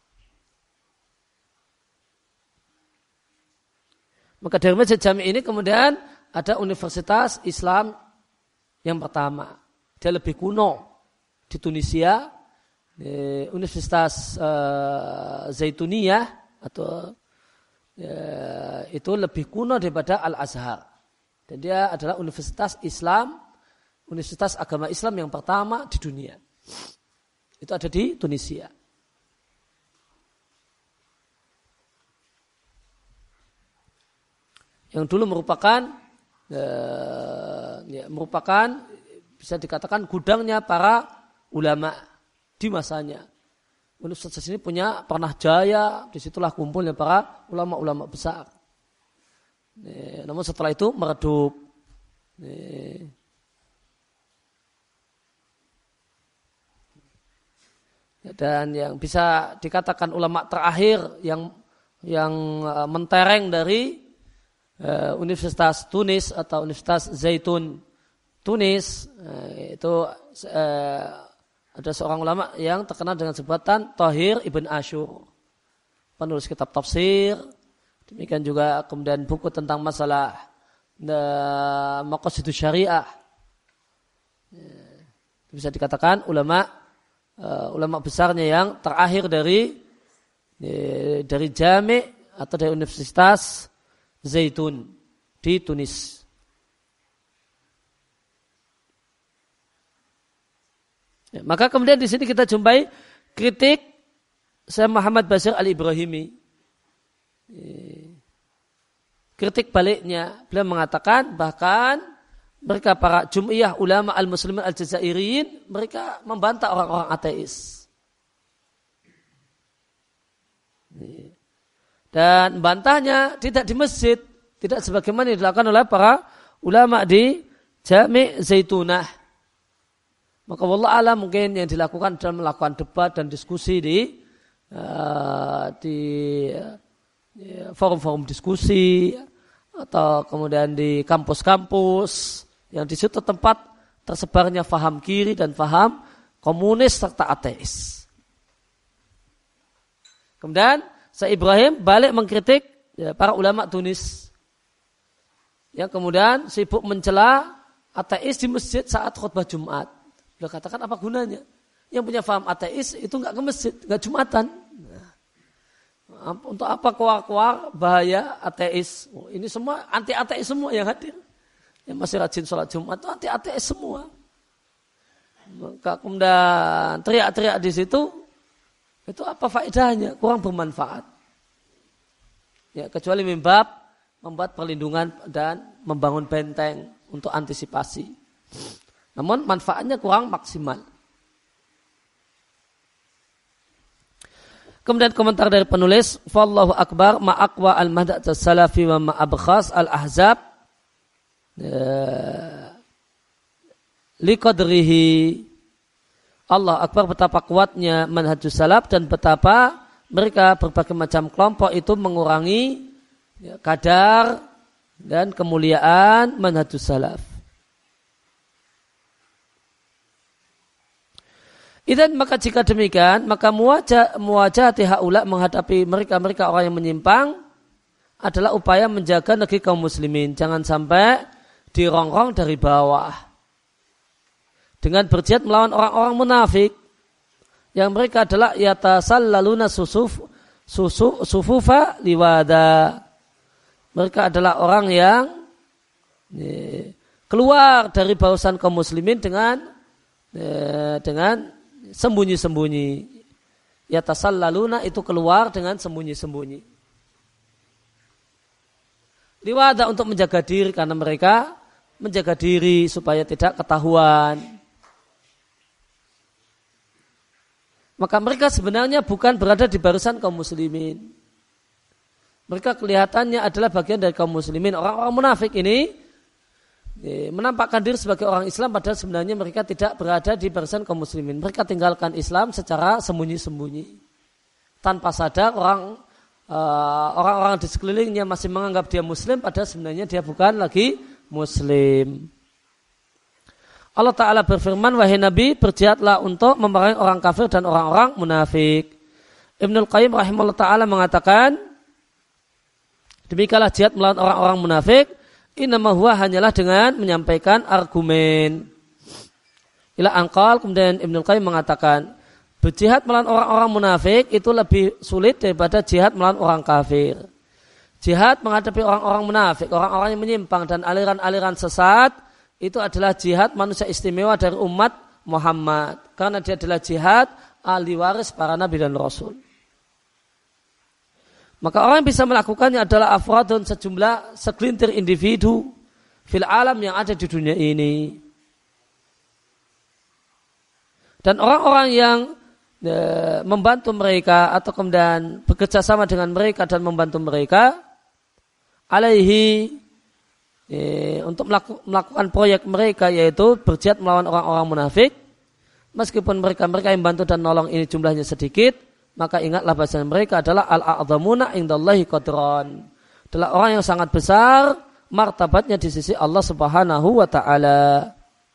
Maka dari masjid jami' ini kemudian ada Universitas Islam yang pertama. Dia lebih kuno di Tunisia. Universitas uh, Zaituniyah atau uh, itu lebih kuno daripada Al-Azhar. Dan dia adalah Universitas Islam, Universitas agama Islam yang pertama di dunia. Itu ada di Tunisia. Yang dulu merupakan Uh, ya, merupakan bisa dikatakan gudangnya para ulama di masanya. Universitas ini punya pernah jaya, disitulah kumpulnya para ulama-ulama besar. Ya, namun setelah itu meredup. Ya, dan yang bisa dikatakan ulama terakhir yang yang uh, mentereng dari Uh, Universitas Tunis atau Universitas Zaitun Tunis, uh, itu uh, ada seorang ulama yang terkenal dengan sebutan Tahir Ibn Ashur, penulis kitab tafsir, demikian juga kemudian buku tentang masalah uh, maqasidus syariah. Uh, bisa dikatakan ulama uh, ulama besarnya yang terakhir dari uh, dari Jami' atau dari Universitas Zaitun di Tunis. Ya, maka kemudian di sini kita jumpai kritik Syekh Muhammad Bashir Al-Ibrahimi. Kritik baliknya, beliau mengatakan bahkan mereka para Jum'iyah ulama al-muslimin al-Jazairin, mereka membantah orang-orang ateis. Dan bantahnya tidak di masjid, tidak sebagaimana dilakukan oleh para ulama di Jami' Zaitunah. Maka wallah alam mungkin yang dilakukan dalam melakukan debat dan diskusi di uh, di uh, forum-forum diskusi atau kemudian di kampus-kampus yang di situ tempat tersebarnya faham kiri dan faham komunis serta ateis. Kemudian Syekh Ibrahim balik mengkritik ya, para ulama Tunis yang kemudian sibuk mencela ateis di masjid saat khutbah Jumat. Beliau katakan apa gunanya? Yang punya faham ateis itu enggak ke masjid, enggak Jumatan. Nah, untuk apa keluar-keluar bahaya ateis? Oh, ini semua anti ateis semua yang hadir. Yang masih rajin sholat Jumat itu anti ateis semua. Maka kemudian teriak-teriak di situ, itu apa faedahnya? Kurang bermanfaat. Ya, kecuali mimbab membuat perlindungan dan membangun benteng untuk antisipasi. Namun manfaatnya kurang maksimal. Kemudian komentar dari penulis, Fallahu akbar ma aqwa al-mahdat as-salafi wa ma abkhas al-ahzab liqadrihi. Allah akbar, betapa kuatnya manhajus salaf dan betapa mereka berbagai macam kelompok itu mengurangi ya, kadar dan kemuliaan manhajus salaf. Dan maka jika demikian, maka muwajah muwajahati haula, menghadapi mereka-mereka orang yang menyimpang adalah upaya menjaga negeri kaum muslimin, jangan sampai dirongrong dari bawah. Dengan berjihad melawan orang-orang munafik yang mereka adalah yatasallaluna susuf susu sufufa liwada. Mereka adalah orang yang ya, keluar dari barisan kaum muslimin dengan ya, dengan sembunyi-sembunyi. Yatasallaluna itu keluar dengan sembunyi-sembunyi. Liwada untuk menjaga diri, karena mereka menjaga diri supaya tidak ketahuan. Maka mereka sebenarnya bukan berada di barisan kaum muslimin. Mereka kelihatannya adalah bagian dari kaum muslimin. Orang-orang munafik ini menampakkan diri sebagai orang Islam, padahal sebenarnya mereka tidak berada di barisan kaum muslimin. Mereka tinggalkan Islam secara sembunyi-sembunyi. Tanpa sadar orang uh, orang-orang di sekelilingnya masih menganggap dia muslim, padahal sebenarnya dia bukan lagi muslim. Allah Ta'ala berfirman, wahai Nabi, berjihadlah untuk memerangi orang kafir dan orang-orang munafik. Ibnul Qayyim rahimahullah Ta'ala mengatakan, demikianlah jihad melawan orang-orang munafik, innama huwa hanyalah dengan menyampaikan argumen. Ila angkal, kemudian Ibnul Qayyim mengatakan, berjihad melawan orang-orang munafik itu lebih sulit daripada jihad melawan orang kafir. Jihad menghadapi orang-orang munafik, orang-orang yang menyimpang dan aliran-aliran sesat, itu adalah jihad manusia istimewa dari umat Muhammad. Karena dia adalah jihad ahli waris para nabi dan rasul. Maka orang yang bisa melakukannya adalah afradun, sejumlah segelintir individu fil alam yang ada di dunia ini. Dan orang-orang yang e, membantu mereka atau kemudian bekerja sama dengan mereka dan membantu mereka alaihi e, untuk melaku, melakukan proyek mereka, yaitu berjihad melawan orang-orang munafik. Meskipun mereka-mereka yang bantu dan nolong ini jumlahnya sedikit, maka ingatlah bahasa mereka adalah al-a'zamuna indallahi qadran, adalah orang yang sangat besar martabatnya di sisi Allah Subhanahu wa taala.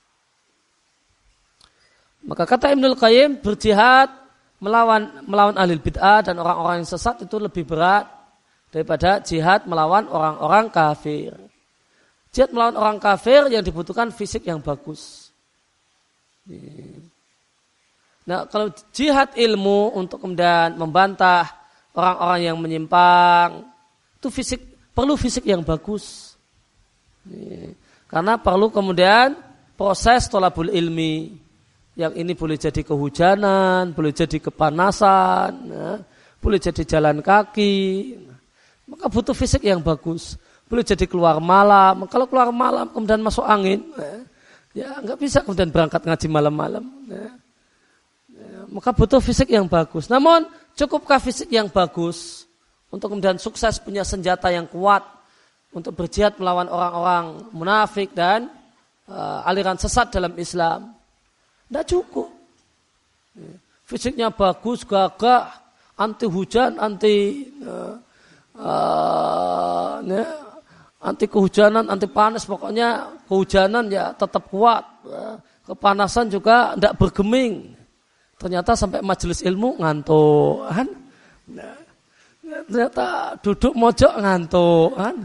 Maka kata Ibnul Qayyim, berjihad melawan melawan ahli bid'ah dan orang-orang yang sesat itu lebih berat daripada jihad melawan orang-orang kafir. Jihad melawan orang kafir yang dibutuhkan fisik yang bagus. Nah, kalau jihad ilmu untuk kemudian membantah orang-orang yang menyimpang, itu fisik, perlu fisik yang bagus. Karena perlu kemudian proses thalabul ilmi. Yang ini boleh jadi kehujanan, boleh jadi kepanasan, ya, boleh jadi jalan kaki. Maka butuh fisik yang bagus. Boleh jadi keluar malam. Kalau keluar malam kemudian masuk angin, ya nggak bisa kemudian berangkat ngaji malam-malam. Ya. Maka butuh fisik yang bagus. Namun cukupkah fisik yang bagus untuk kemudian sukses punya senjata yang kuat untuk berjihad melawan orang-orang munafik dan uh, aliran sesat dalam Islam. Tidak cukup. Fisiknya bagus, gagah, anti hujan, anti uh, uh, ya, anti kehujanan, anti panas, pokoknya kehujanan ya tetap kuat, uh, kepanasan juga tidak bergeming. Ternyata sampai majelis ilmu ngantuk, kan? Nah, ternyata duduk mojok ngantuk, kan?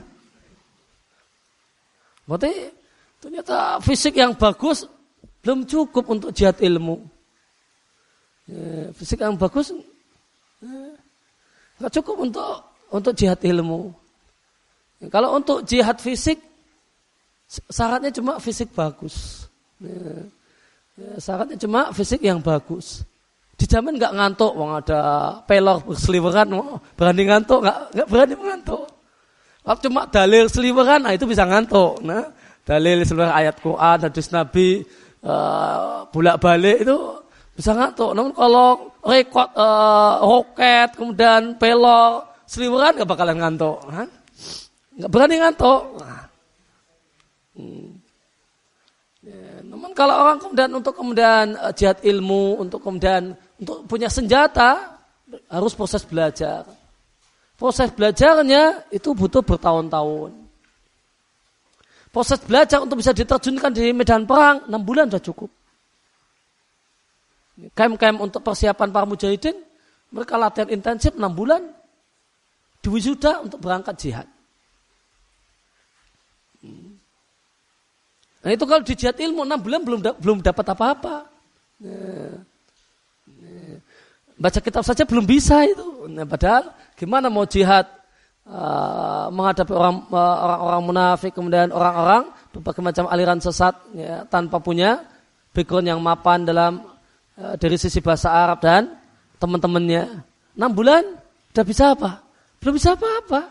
Berarti ternyata fisik yang bagus belum cukup untuk jihad ilmu. Ya, fisik yang bagus nggak cukup untuk untuk jihad ilmu. Ya, kalau untuk jihad fisik syaratnya cuma fisik bagus. Ya, ya, syaratnya cuma fisik yang bagus. Dijamin nggak ngantuk, wong ada pelor berseliweran, berani ngantuk nggak nggak berani ngantuk. Kalau cuma dalil seliweran, nah itu bisa ngantuk. Nah, dalil seluruh ayat Quran, hadis Nabi uh, bolak-balik itu bisa ngantuk. Namun kalau rekod uh, roket kemudian pelor seliweran nggak bakalan ngantuk, nah, nggak berani ngantuk. Nah. Hmm. Ya, namun kalau orang kemudian untuk kemudian uh, jihad ilmu, untuk kemudian untuk punya senjata harus proses belajar. Proses belajarnya itu butuh bertahun-tahun. Proses belajar untuk bisa diterjunkan di medan perang enam bulan sudah cukup. Kem-kem untuk persiapan para mujahidin, mereka latihan intensif enam bulan, diwisuda untuk berangkat jihad. Nah itu kalau di jihad ilmu enam bulan belum belum dapat apa-apa. Baca kitab saja belum bisa itu. Nah, padahal gimana mau jihad uh, menghadapi orang uh, orang-orang munafik, kemudian orang-orang berbagai macam aliran sesat ya, tanpa punya background yang mapan dalam uh, dari sisi bahasa Arab dan teman-temannya. Enam bulan udah bisa apa? Belum bisa apa-apa.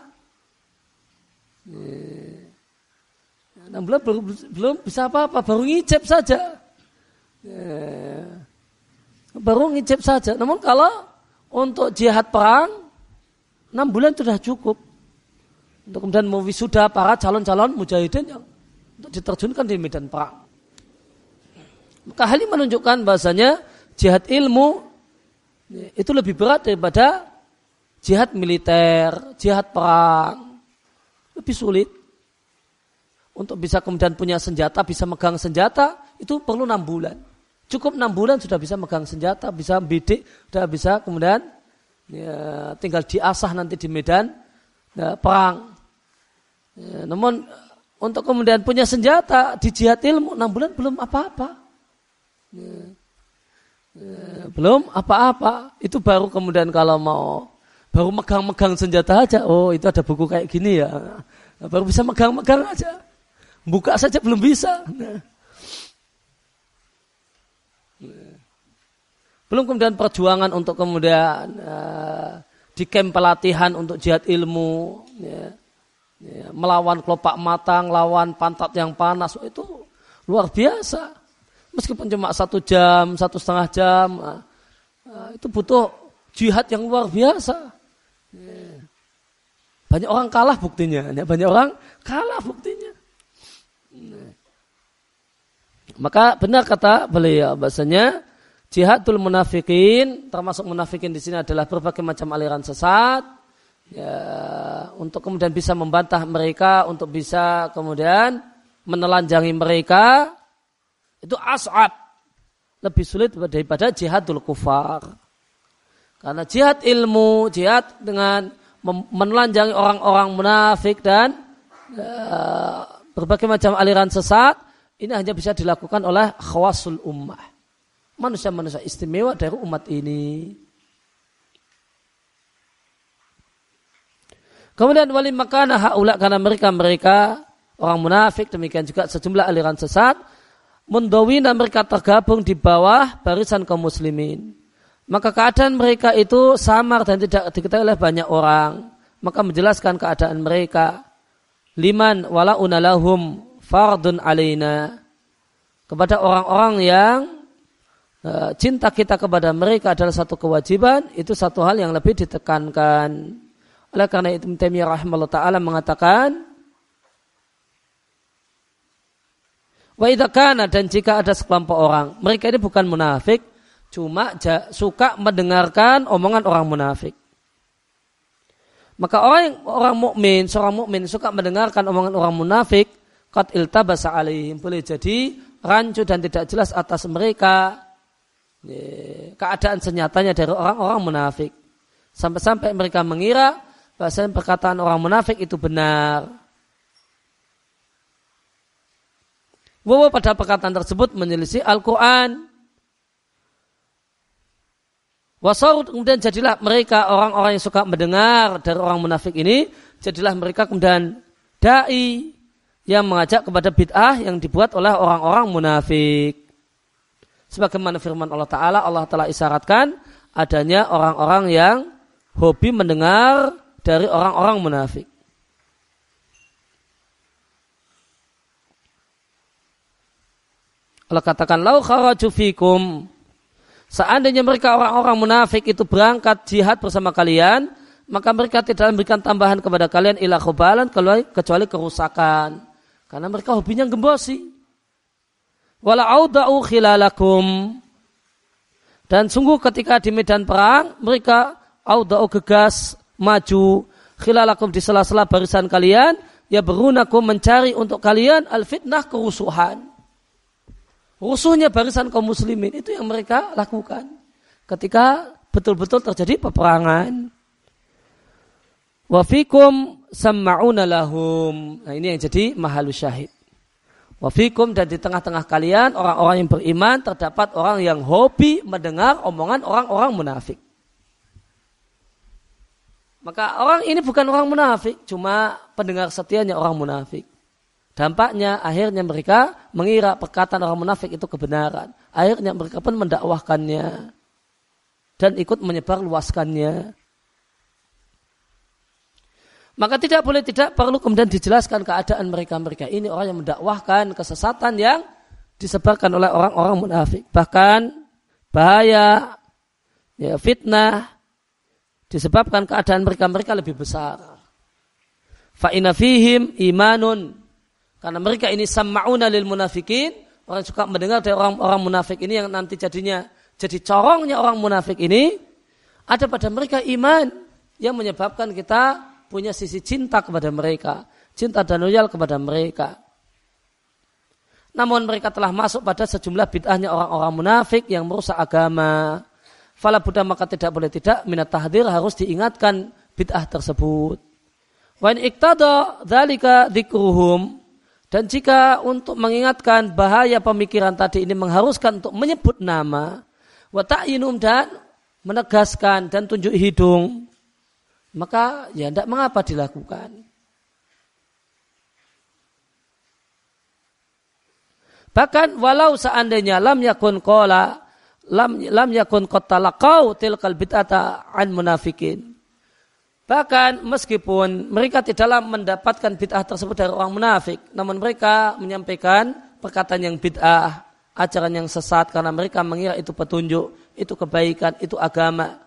Enam bulan belum belum bisa apa-apa, baru ngicip saja. Ya. Baru ngicip saja. Namun kalau untuk jihad perang enam bulan sudah cukup untuk kemudian mewisuda para calon-calon mujahidin yang untuk diterjunkan di medan perang. Maka hal ini menunjukkan bahasanya jihad ilmu itu lebih berat daripada jihad militer, jihad perang. Lebih sulit. Untuk bisa kemudian punya senjata, bisa megang senjata itu perlu enam bulan. Cukup enam bulan sudah bisa megang senjata, bisa bidik, sudah bisa kemudian ya, tinggal diasah nanti di medan ya, perang. Ya, namun untuk kemudian punya senjata di jihad ilmu enam bulan belum apa-apa. Ya, ya, belum apa-apa. Itu baru kemudian kalau mau baru megang-megang senjata aja. Oh itu ada buku kayak gini ya. Nah, baru bisa megang-megang aja. Buka saja belum bisa. Nah. Belum kemudian perjuangan untuk kemudian uh, di camp pelatihan untuk jihad ilmu, ya, ya, melawan kelopak matang, lawan pantat yang panas, oh, itu luar biasa. Meskipun cuma satu jam, satu setengah jam, uh, uh, itu butuh jihad yang luar biasa. Ya. Banyak orang kalah buktinya, ya, banyak orang kalah buktinya. Ya. Maka benar kata beliau bahasanya jihadul munafikin, termasuk munafikin di sini adalah berbagai macam aliran sesat, ya, untuk kemudian bisa membantah mereka, untuk bisa kemudian menelanjangi mereka, itu as'ab, lebih sulit daripada jihadul kufar. Karena jihad ilmu, jihad dengan menelanjangi orang-orang munafik dan ya, berbagai macam aliran sesat, ini hanya bisa dilakukan oleh khawasul ummah. Manusia-manusia istimewa dari umat ini. Kemudian wali makana haula, karena mereka-mereka orang munafik, demikian juga sejumlah aliran sesat, mundawina, mereka tergabung di bawah barisan kaum muslimin. Maka keadaan mereka itu samar dan tidak diketahui oleh banyak orang. Maka menjelaskan keadaan mereka. Liman wala'una lahum fardun alaina. Kepada orang-orang yang cinta kita kepada mereka adalah satu kewajiban, itu satu hal yang lebih ditekankan. Oleh karena itu Ibnu Taimiyah rahimahullah ta'ala mengatakan, Wa idza kana, dan jika ada sekelompok orang, mereka ini bukan munafik, cuma suka mendengarkan omongan orang munafik. Maka orang orang mukmin, seorang mukmin suka mendengarkan omongan orang munafik, qad iltabasa alaihim, boleh jadi rancu dan tidak jelas atas mereka keadaan senyatanya dari orang-orang munafik. Sampai-sampai mereka mengira bahwa perkataan orang munafik itu benar. Bahwa pada perkataan tersebut menyelisih Al-Quran. Wasarud, kemudian jadilah mereka orang-orang yang suka mendengar dari orang munafik ini, jadilah mereka kemudian da'i yang mengajak kepada bid'ah yang dibuat oleh orang-orang munafik. Sebagaimana firman Allah Ta'ala, Allah telah isyaratkan adanya orang-orang yang hobi mendengar dari orang-orang munafik. Allah katakan, lau kharaju fikum, seandainya mereka orang-orang munafik itu berangkat jihad bersama kalian, maka mereka tidak memberikan tambahan kepada kalian ila khubalan, kecuali kerusakan. Karena mereka hobinya gembosi. Wala auda'u khilalakum, dan sungguh ketika di medan perang mereka auda'u gegas maju khilalakum di sela-sela barisan kalian, ya berunakum mencari untuk kalian al-fitnah, kerusuhan. Rusuhnya barisan kaum muslimin itu yang mereka lakukan ketika betul-betul terjadi peperangan. Wa fikum samma'una lahum. Nah, ini yang jadi mahalus syahid. Wa fikum, dan di tengah-tengah kalian orang-orang yang beriman terdapat orang yang hobi mendengar omongan orang-orang munafik. Maka orang ini bukan orang munafik, cuma pendengar setianya orang munafik. Dampaknya akhirnya mereka mengira perkataan orang munafik itu kebenaran. Akhirnya mereka pun mendakwahkannya dan ikut menyebarluaskannya. Maka tidak boleh tidak perlu kemudian dijelaskan keadaan mereka-mereka ini orang yang mendakwahkan kesesatan yang disebarkan oleh orang-orang munafik. Bahkan bahaya, ya, fitnah disebabkan keadaan mereka-mereka lebih besar. Fa inna fihim imanun, karena mereka ini samma'una lil munafikin, orang suka mendengar dari orang-orang munafik ini yang nanti jadinya jadi corongnya orang munafik ini, ada pada mereka iman yang menyebabkan kita punya sisi cinta kepada mereka, cinta dan loyal kepada mereka. Namun mereka telah masuk pada sejumlah bid'ahnya orang-orang munafik yang merusak agama. Fala budda, maka tidak boleh tidak minat tahdzir, harus diingatkan bid'ah tersebut. Wa in iqtada dzalika dzikruhum, dan jika untuk mengingatkan bahaya pemikiran tadi ini mengharuskan untuk menyebut nama, wa ta'yinum, dan menegaskan dan tunjuk hidung, maka ya tidak mengapa dilakukan. Bahkan walau seandainya lam yakun qala lam lam yakun qad talaqau tilkal bid'ata an munafikin. Bahkan meskipun mereka tidaklah mendapatkan bid'ah tersebut dari orang munafik, namun mereka menyampaikan perkataan yang bid'ah, ajaran yang sesat, karena mereka mengira itu petunjuk, itu kebaikan, itu agama.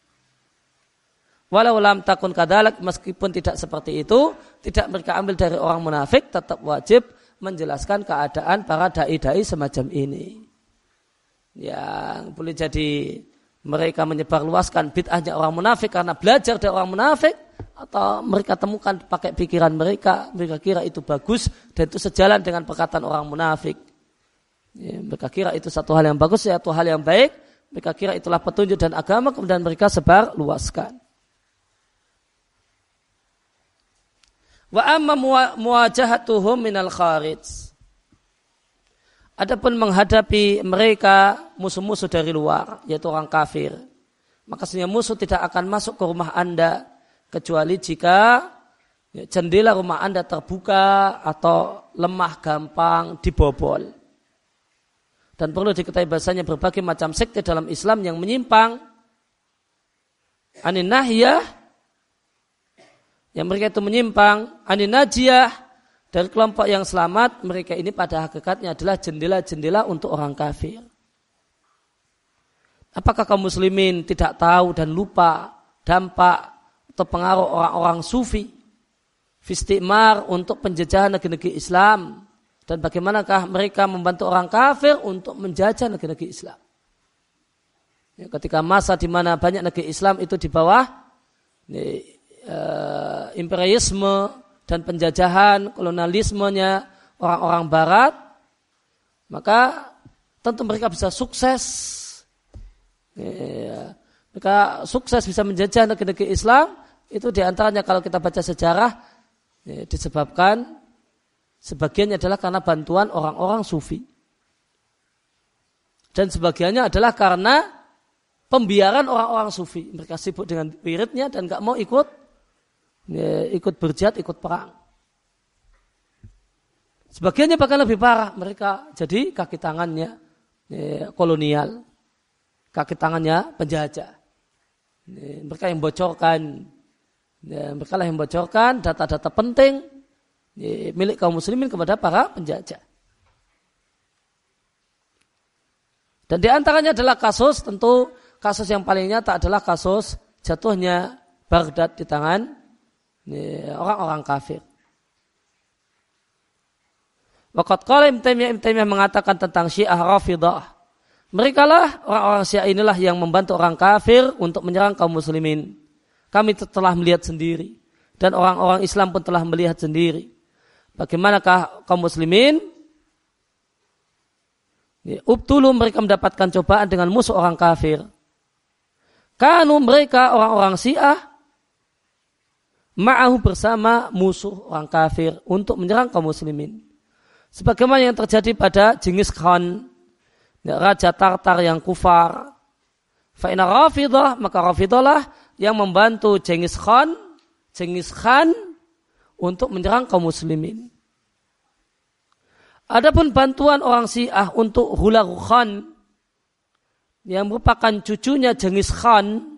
Walau lam takun kadalak, meskipun tidak seperti itu, tidak mereka ambil dari orang munafik, tetap wajib menjelaskan keadaan para dai-dai semacam ini. Yang boleh jadi mereka menyebarluaskan bid'ahnya orang munafik karena belajar dari orang munafik, atau mereka temukan pakai pikiran mereka, mereka kira itu bagus dan itu sejalan dengan perkataan orang munafik. Ya, mereka kira itu satu hal yang bagus, satu hal yang baik, mereka kira itulah petunjuk dan agama, kemudian mereka sebar luaskan. Wa amma muwajahatuhum minal kharij. Adapun menghadapi mereka musuh-musuh dari luar, yaitu orang kafir, maka sebenarnya musuh tidak akan masuk ke rumah Anda kecuali jika jendela rumah Anda terbuka atau lemah gampang dibobol. Dan perlu diketahui bahasanya berbagai macam sekte dalam Islam yang menyimpang anin nahiyah, yang mereka itu menyimpang anin najiyah, dari kelompok yang selamat, mereka ini pada hakikatnya adalah jendela-jendela untuk orang kafir. Apakah kaum muslimin tidak tahu dan lupa dampak atau pengaruh orang-orang sufi fistimar untuk penjajahan negeri-negeri Islam Dan bagaimanakah mereka membantu orang kafir untuk menjajah negeri-negeri Islam. Ya, ketika masa di mana banyak negeri Islam itu di bawah ya, uh, imperialisme dan penjajahan, kolonialismenya orang-orang barat, maka tentu mereka bisa sukses. Ya, mereka sukses bisa menjajah negeri-negeri Islam, itu diantaranya kalau kita baca sejarah, ya, disebabkan sebagiannya adalah karena bantuan orang-orang sufi. Dan sebagiannya adalah karena pembiaran orang-orang sufi. Mereka sibuk dengan wiridnya dan gak mau ikut ya, ikut berjihad, ikut perang. Sebagiannya bahkan lebih parah. Mereka jadi kaki tangannya ya, kolonial. Kaki tangannya penjajah. Ya, mereka yang bocorkan. Ya, mereka lah yang bocorkan data-data penting milik kaum muslimin kepada para penjajah. Dan di antaranya adalah kasus, tentu kasus yang paling nyata adalah kasus jatuhnya Baghdad di tangan orang-orang kafir. Waqad qala Ibnu Taimiyah, Ibnu Taimiyah mengatakan tentang Syiah Rafidhah. Mereka lah orang-orang Syiah inilah yang membantu orang kafir untuk menyerang kaum muslimin. Kami telah melihat sendiri dan orang-orang Islam pun telah melihat sendiri. Bagaimanakah kaum muslimin? Ubtulu mereka mendapatkan cobaan dengan musuh orang kafir. Kanu mereka orang-orang Syiah ma'ahu bersama musuh orang kafir untuk menyerang kaum muslimin. Sebagaimana yang terjadi pada Genghis Khan, raja Tartar yang kufar. Fa inna Rafidhah, maka Rafidhah yang membantu Genghis Khan, Genghis Khan untuk menyerang kaum muslimin. Adapun bantuan orang Syiah untuk Hulagu Khan yang merupakan cucunya Genghis Khan,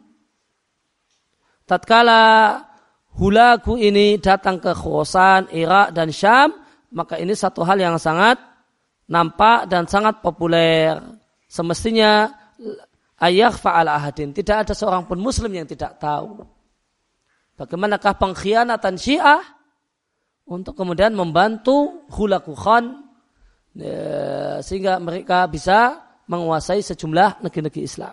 tatkala Hulagu ini datang ke Khorasan, Irak dan Syam, maka ini satu hal yang sangat nampak dan sangat populer. Semestinya ayah fa'al ahadin, tidak ada seorang pun muslim yang tidak tahu bagaimanakah pengkhianatan Syiah untuk kemudian membantu Hulagu Khan ya, sehingga mereka bisa menguasai sejumlah negeri-negeri Islam.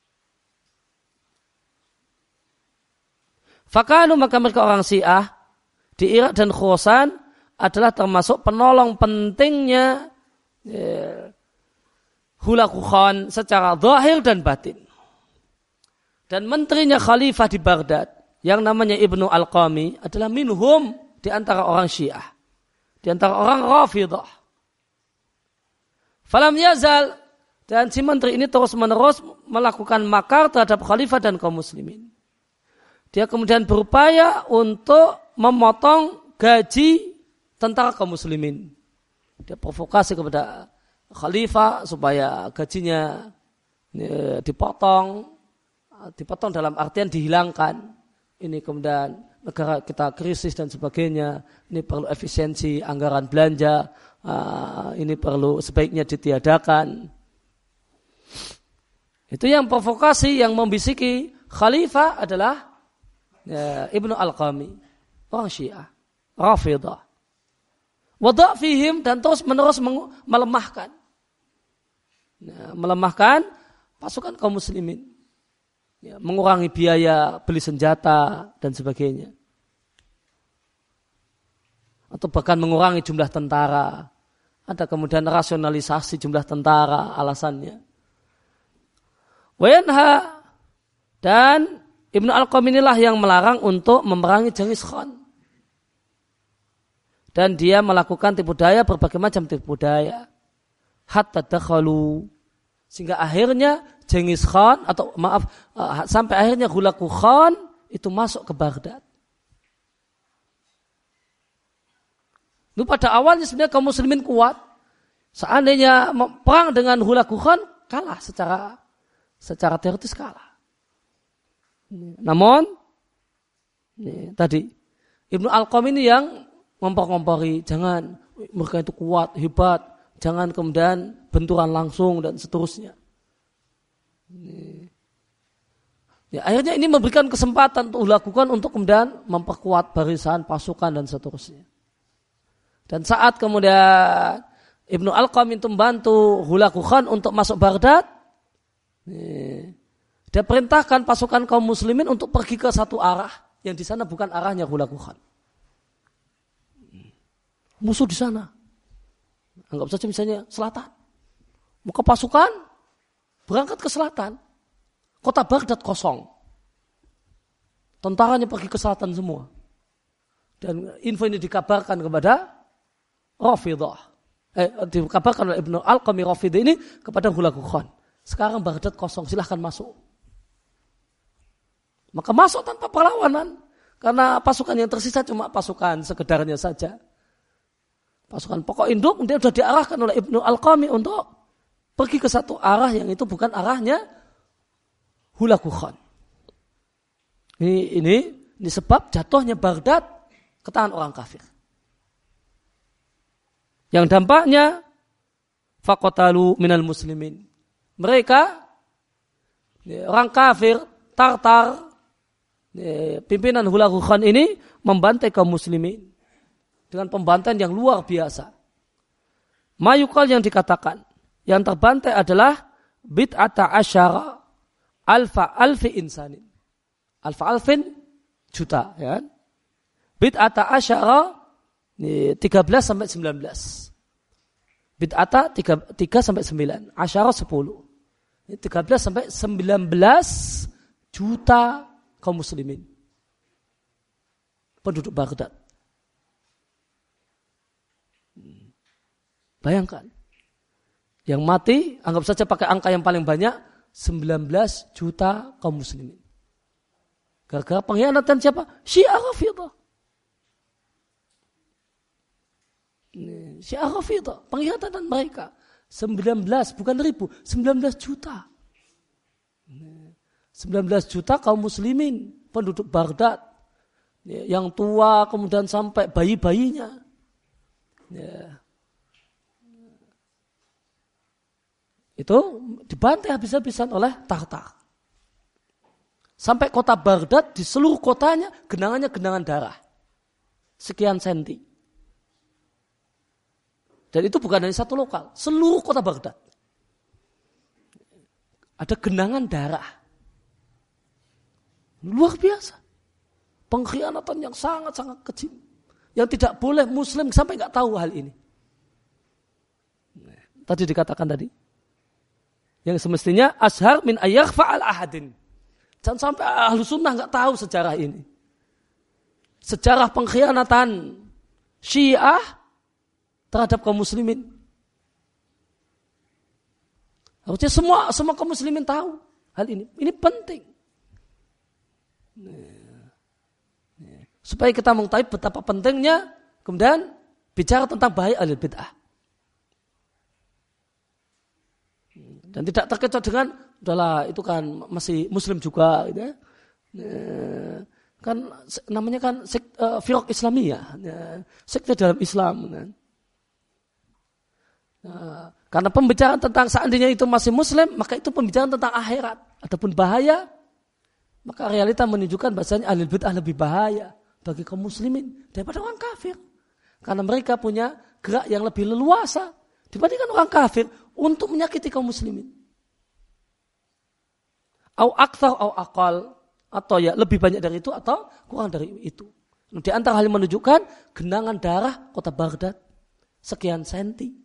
Fakanu maka mereka orang Syiah di Irak dan Khorasan adalah termasuk penolong pentingnya ya, Hulagu Khan secara zahir dan batin. Dan menterinya khalifah di Baghdad yang namanya Ibnu Al-Qami adalah minhum di antara orang Syiah, di antara orang Rafidhah. Falam yazal, dan si menteri ini terus-menerus melakukan makar terhadap khalifah dan kaum muslimin. Dia kemudian berupaya untuk memotong gaji tentara kaum muslimin. Dia provokasi kepada khalifah supaya gajinya dipotong, dipotong dalam artian dihilangkan. Ini kemudian negara kita krisis dan sebagainya, ini perlu efisiensi anggaran belanja, ini perlu sebaiknya ditiadakan. Itu yang provokasi, yang membisiki khalifah adalah ya, Ibnu Al-Qami, orang Syiah, Rafidhah. Wada' fihim, dan terus menerus melemahkan, ya, melemahkan pasukan kaum muslimin. Ya, mengurangi biaya beli senjata dan sebagainya, atau bahkan mengurangi jumlah tentara. Ada kemudian rasionalisasi jumlah tentara alasannya. Wayanha, dan Ibnu Al-Qami inilah yang melarang untuk memerangi Genghis Khan. Dan dia melakukan tipu daya, berbagai macam tipu daya. Hatta dakhalu, sehingga akhirnya Genghis Khan, atau maaf, uh, sampai akhirnya Hulagu Khan itu masuk ke Baghdad. Itu pada awalnya sebenarnya kaum muslimin kuat. Seandainya perang dengan Hulagu Khan, kalah secara secara teoritis kalah. Namun ini, tadi Ibnu Al-Qami ini yang ngompor-ngompori, jangan, mereka itu kuat, hebat, jangan kemudian benturan langsung dan seterusnya. Ya, akhirnya ini memberikan kesempatan untuk dilakukan untuk kemudian memperkuat barisan pasukan dan seterusnya. Dan saat kemudian Ibnu Alqam itu membantu Hulaku Khan untuk masuk Baghdad, dia perintahkan pasukan kaum muslimin untuk pergi ke satu arah yang di sana bukan arahnya Hulaku Khan. Musuh di sana. Anggap saja misalnya selatan. Maka pasukan berangkat ke selatan. Kota Baghdad kosong. Tentaranya pergi ke selatan semua. Dan info ini dikabarkan kepada Rafidhah. Eh, dikabarkan oleh Ibnu Al-Qami Rafidhah ini kepada Hulaku Khan. Sekarang Baghdad kosong, silahkan masuk. Maka masuk tanpa perlawanan. Karena pasukan yang tersisa cuma pasukan sekedarnya saja. Pasukan pokok induk dia sudah diarahkan oleh Ibnu Al-Qami untuk pergi ke satu arah yang itu bukan arahnya Hulaku Khan. Ini, ini, ini sebab jatuhnya Baghdad ke tangan orang kafir. Yang dampaknya faqatalu minal muslimin. Mereka orang kafir Tartar pimpinan Hulaku Khan ini membantai kaum muslimin dengan pembantaian yang luar biasa. Mayukal yang dikatakan yang terbantai adalah bid'ata asyara alfa alfi insanin. Alfa alfin juta, ya. Bid'ata asyara tiga belas sampai sembilan belas. Bid'ata tiga sampai sembilan, asyara sepuluh. tiga belas sampai sembilan belas juta kaum muslimin. Penduduk Baghdad. Bayangkan. Yang mati, anggap saja pakai angka yang paling banyak, sembilan belas juta kaum muslimin. Gara-gara pengkhianatan siapa? Syiah Rafidhah. Syiah Rafidhah, pengkhianatan mereka. sembilan belas, bukan ribu, sembilan belas juta. sembilan belas juta kaum muslimin, penduduk Baghdad. Yang tua, kemudian sampai bayi-bayinya. Ya. Itu dibantai habis-habisan oleh Tartar. Sampai kota Baghdad, di seluruh kotanya, genangannya genangan darah. Sekian senti. Dan itu bukan dari satu lokal, seluruh kota Baghdad. Ada genangan darah. Luar biasa. Pengkhianatan yang sangat-sangat kecil. Yang tidak boleh muslim sampai nggak tahu hal ini. Tadi dikatakan tadi. Yang semestinya ashar min ayakhfa al ahadin. Jangan sampai ahlu sunnah nggak tahu sejarah ini. Sejarah pengkhianatan Syiah terhadap kaum muslimin. Harusnya semua semua kaum muslimin tahu hal ini. Ini penting. Supaya kita mengetahui betapa pentingnya kemudian bicara tentang bahaya ahli bid'ah. Dan tidak terkecoh dengan, udahlah itu kan masih muslim juga, gitu ya. Kan namanya kan sek, uh, firaq Islamiyah, ya. Sekte dalam Islam. Kan. Nah, karena pembicaraan tentang seandainya itu masih muslim, maka itu pembicaraan tentang akhirat. Adapun bahaya, maka realita menunjukkan bahasanya ahli bid'ah lebih bahaya bagi kaum muslimin daripada orang kafir. Karena mereka punya gerak yang lebih leluasa dibandingkan orang kafir untuk menyakiti kaum muslimin. Au aktsar au aqal, atau ya lebih banyak dari itu atau kurang dari itu. Di antara hal yang menunjukkan genangan darah kota Baghdad sekian senti.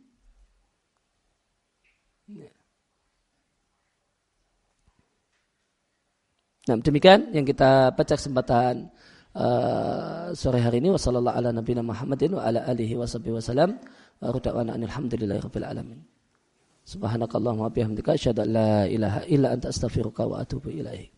Nah, demikian yang kita baca kesempatan uh, sore hari ini. Wassallallahu ala nabiyina Muhammadin wa ala alihi washabihi wasallam. Wa rada'ana alhamdulillahirabbil alamin. Subhanakallahumma wa bihamdika asyhadu an la ilaha illa anta astaghfiruka wa atubu ilaik.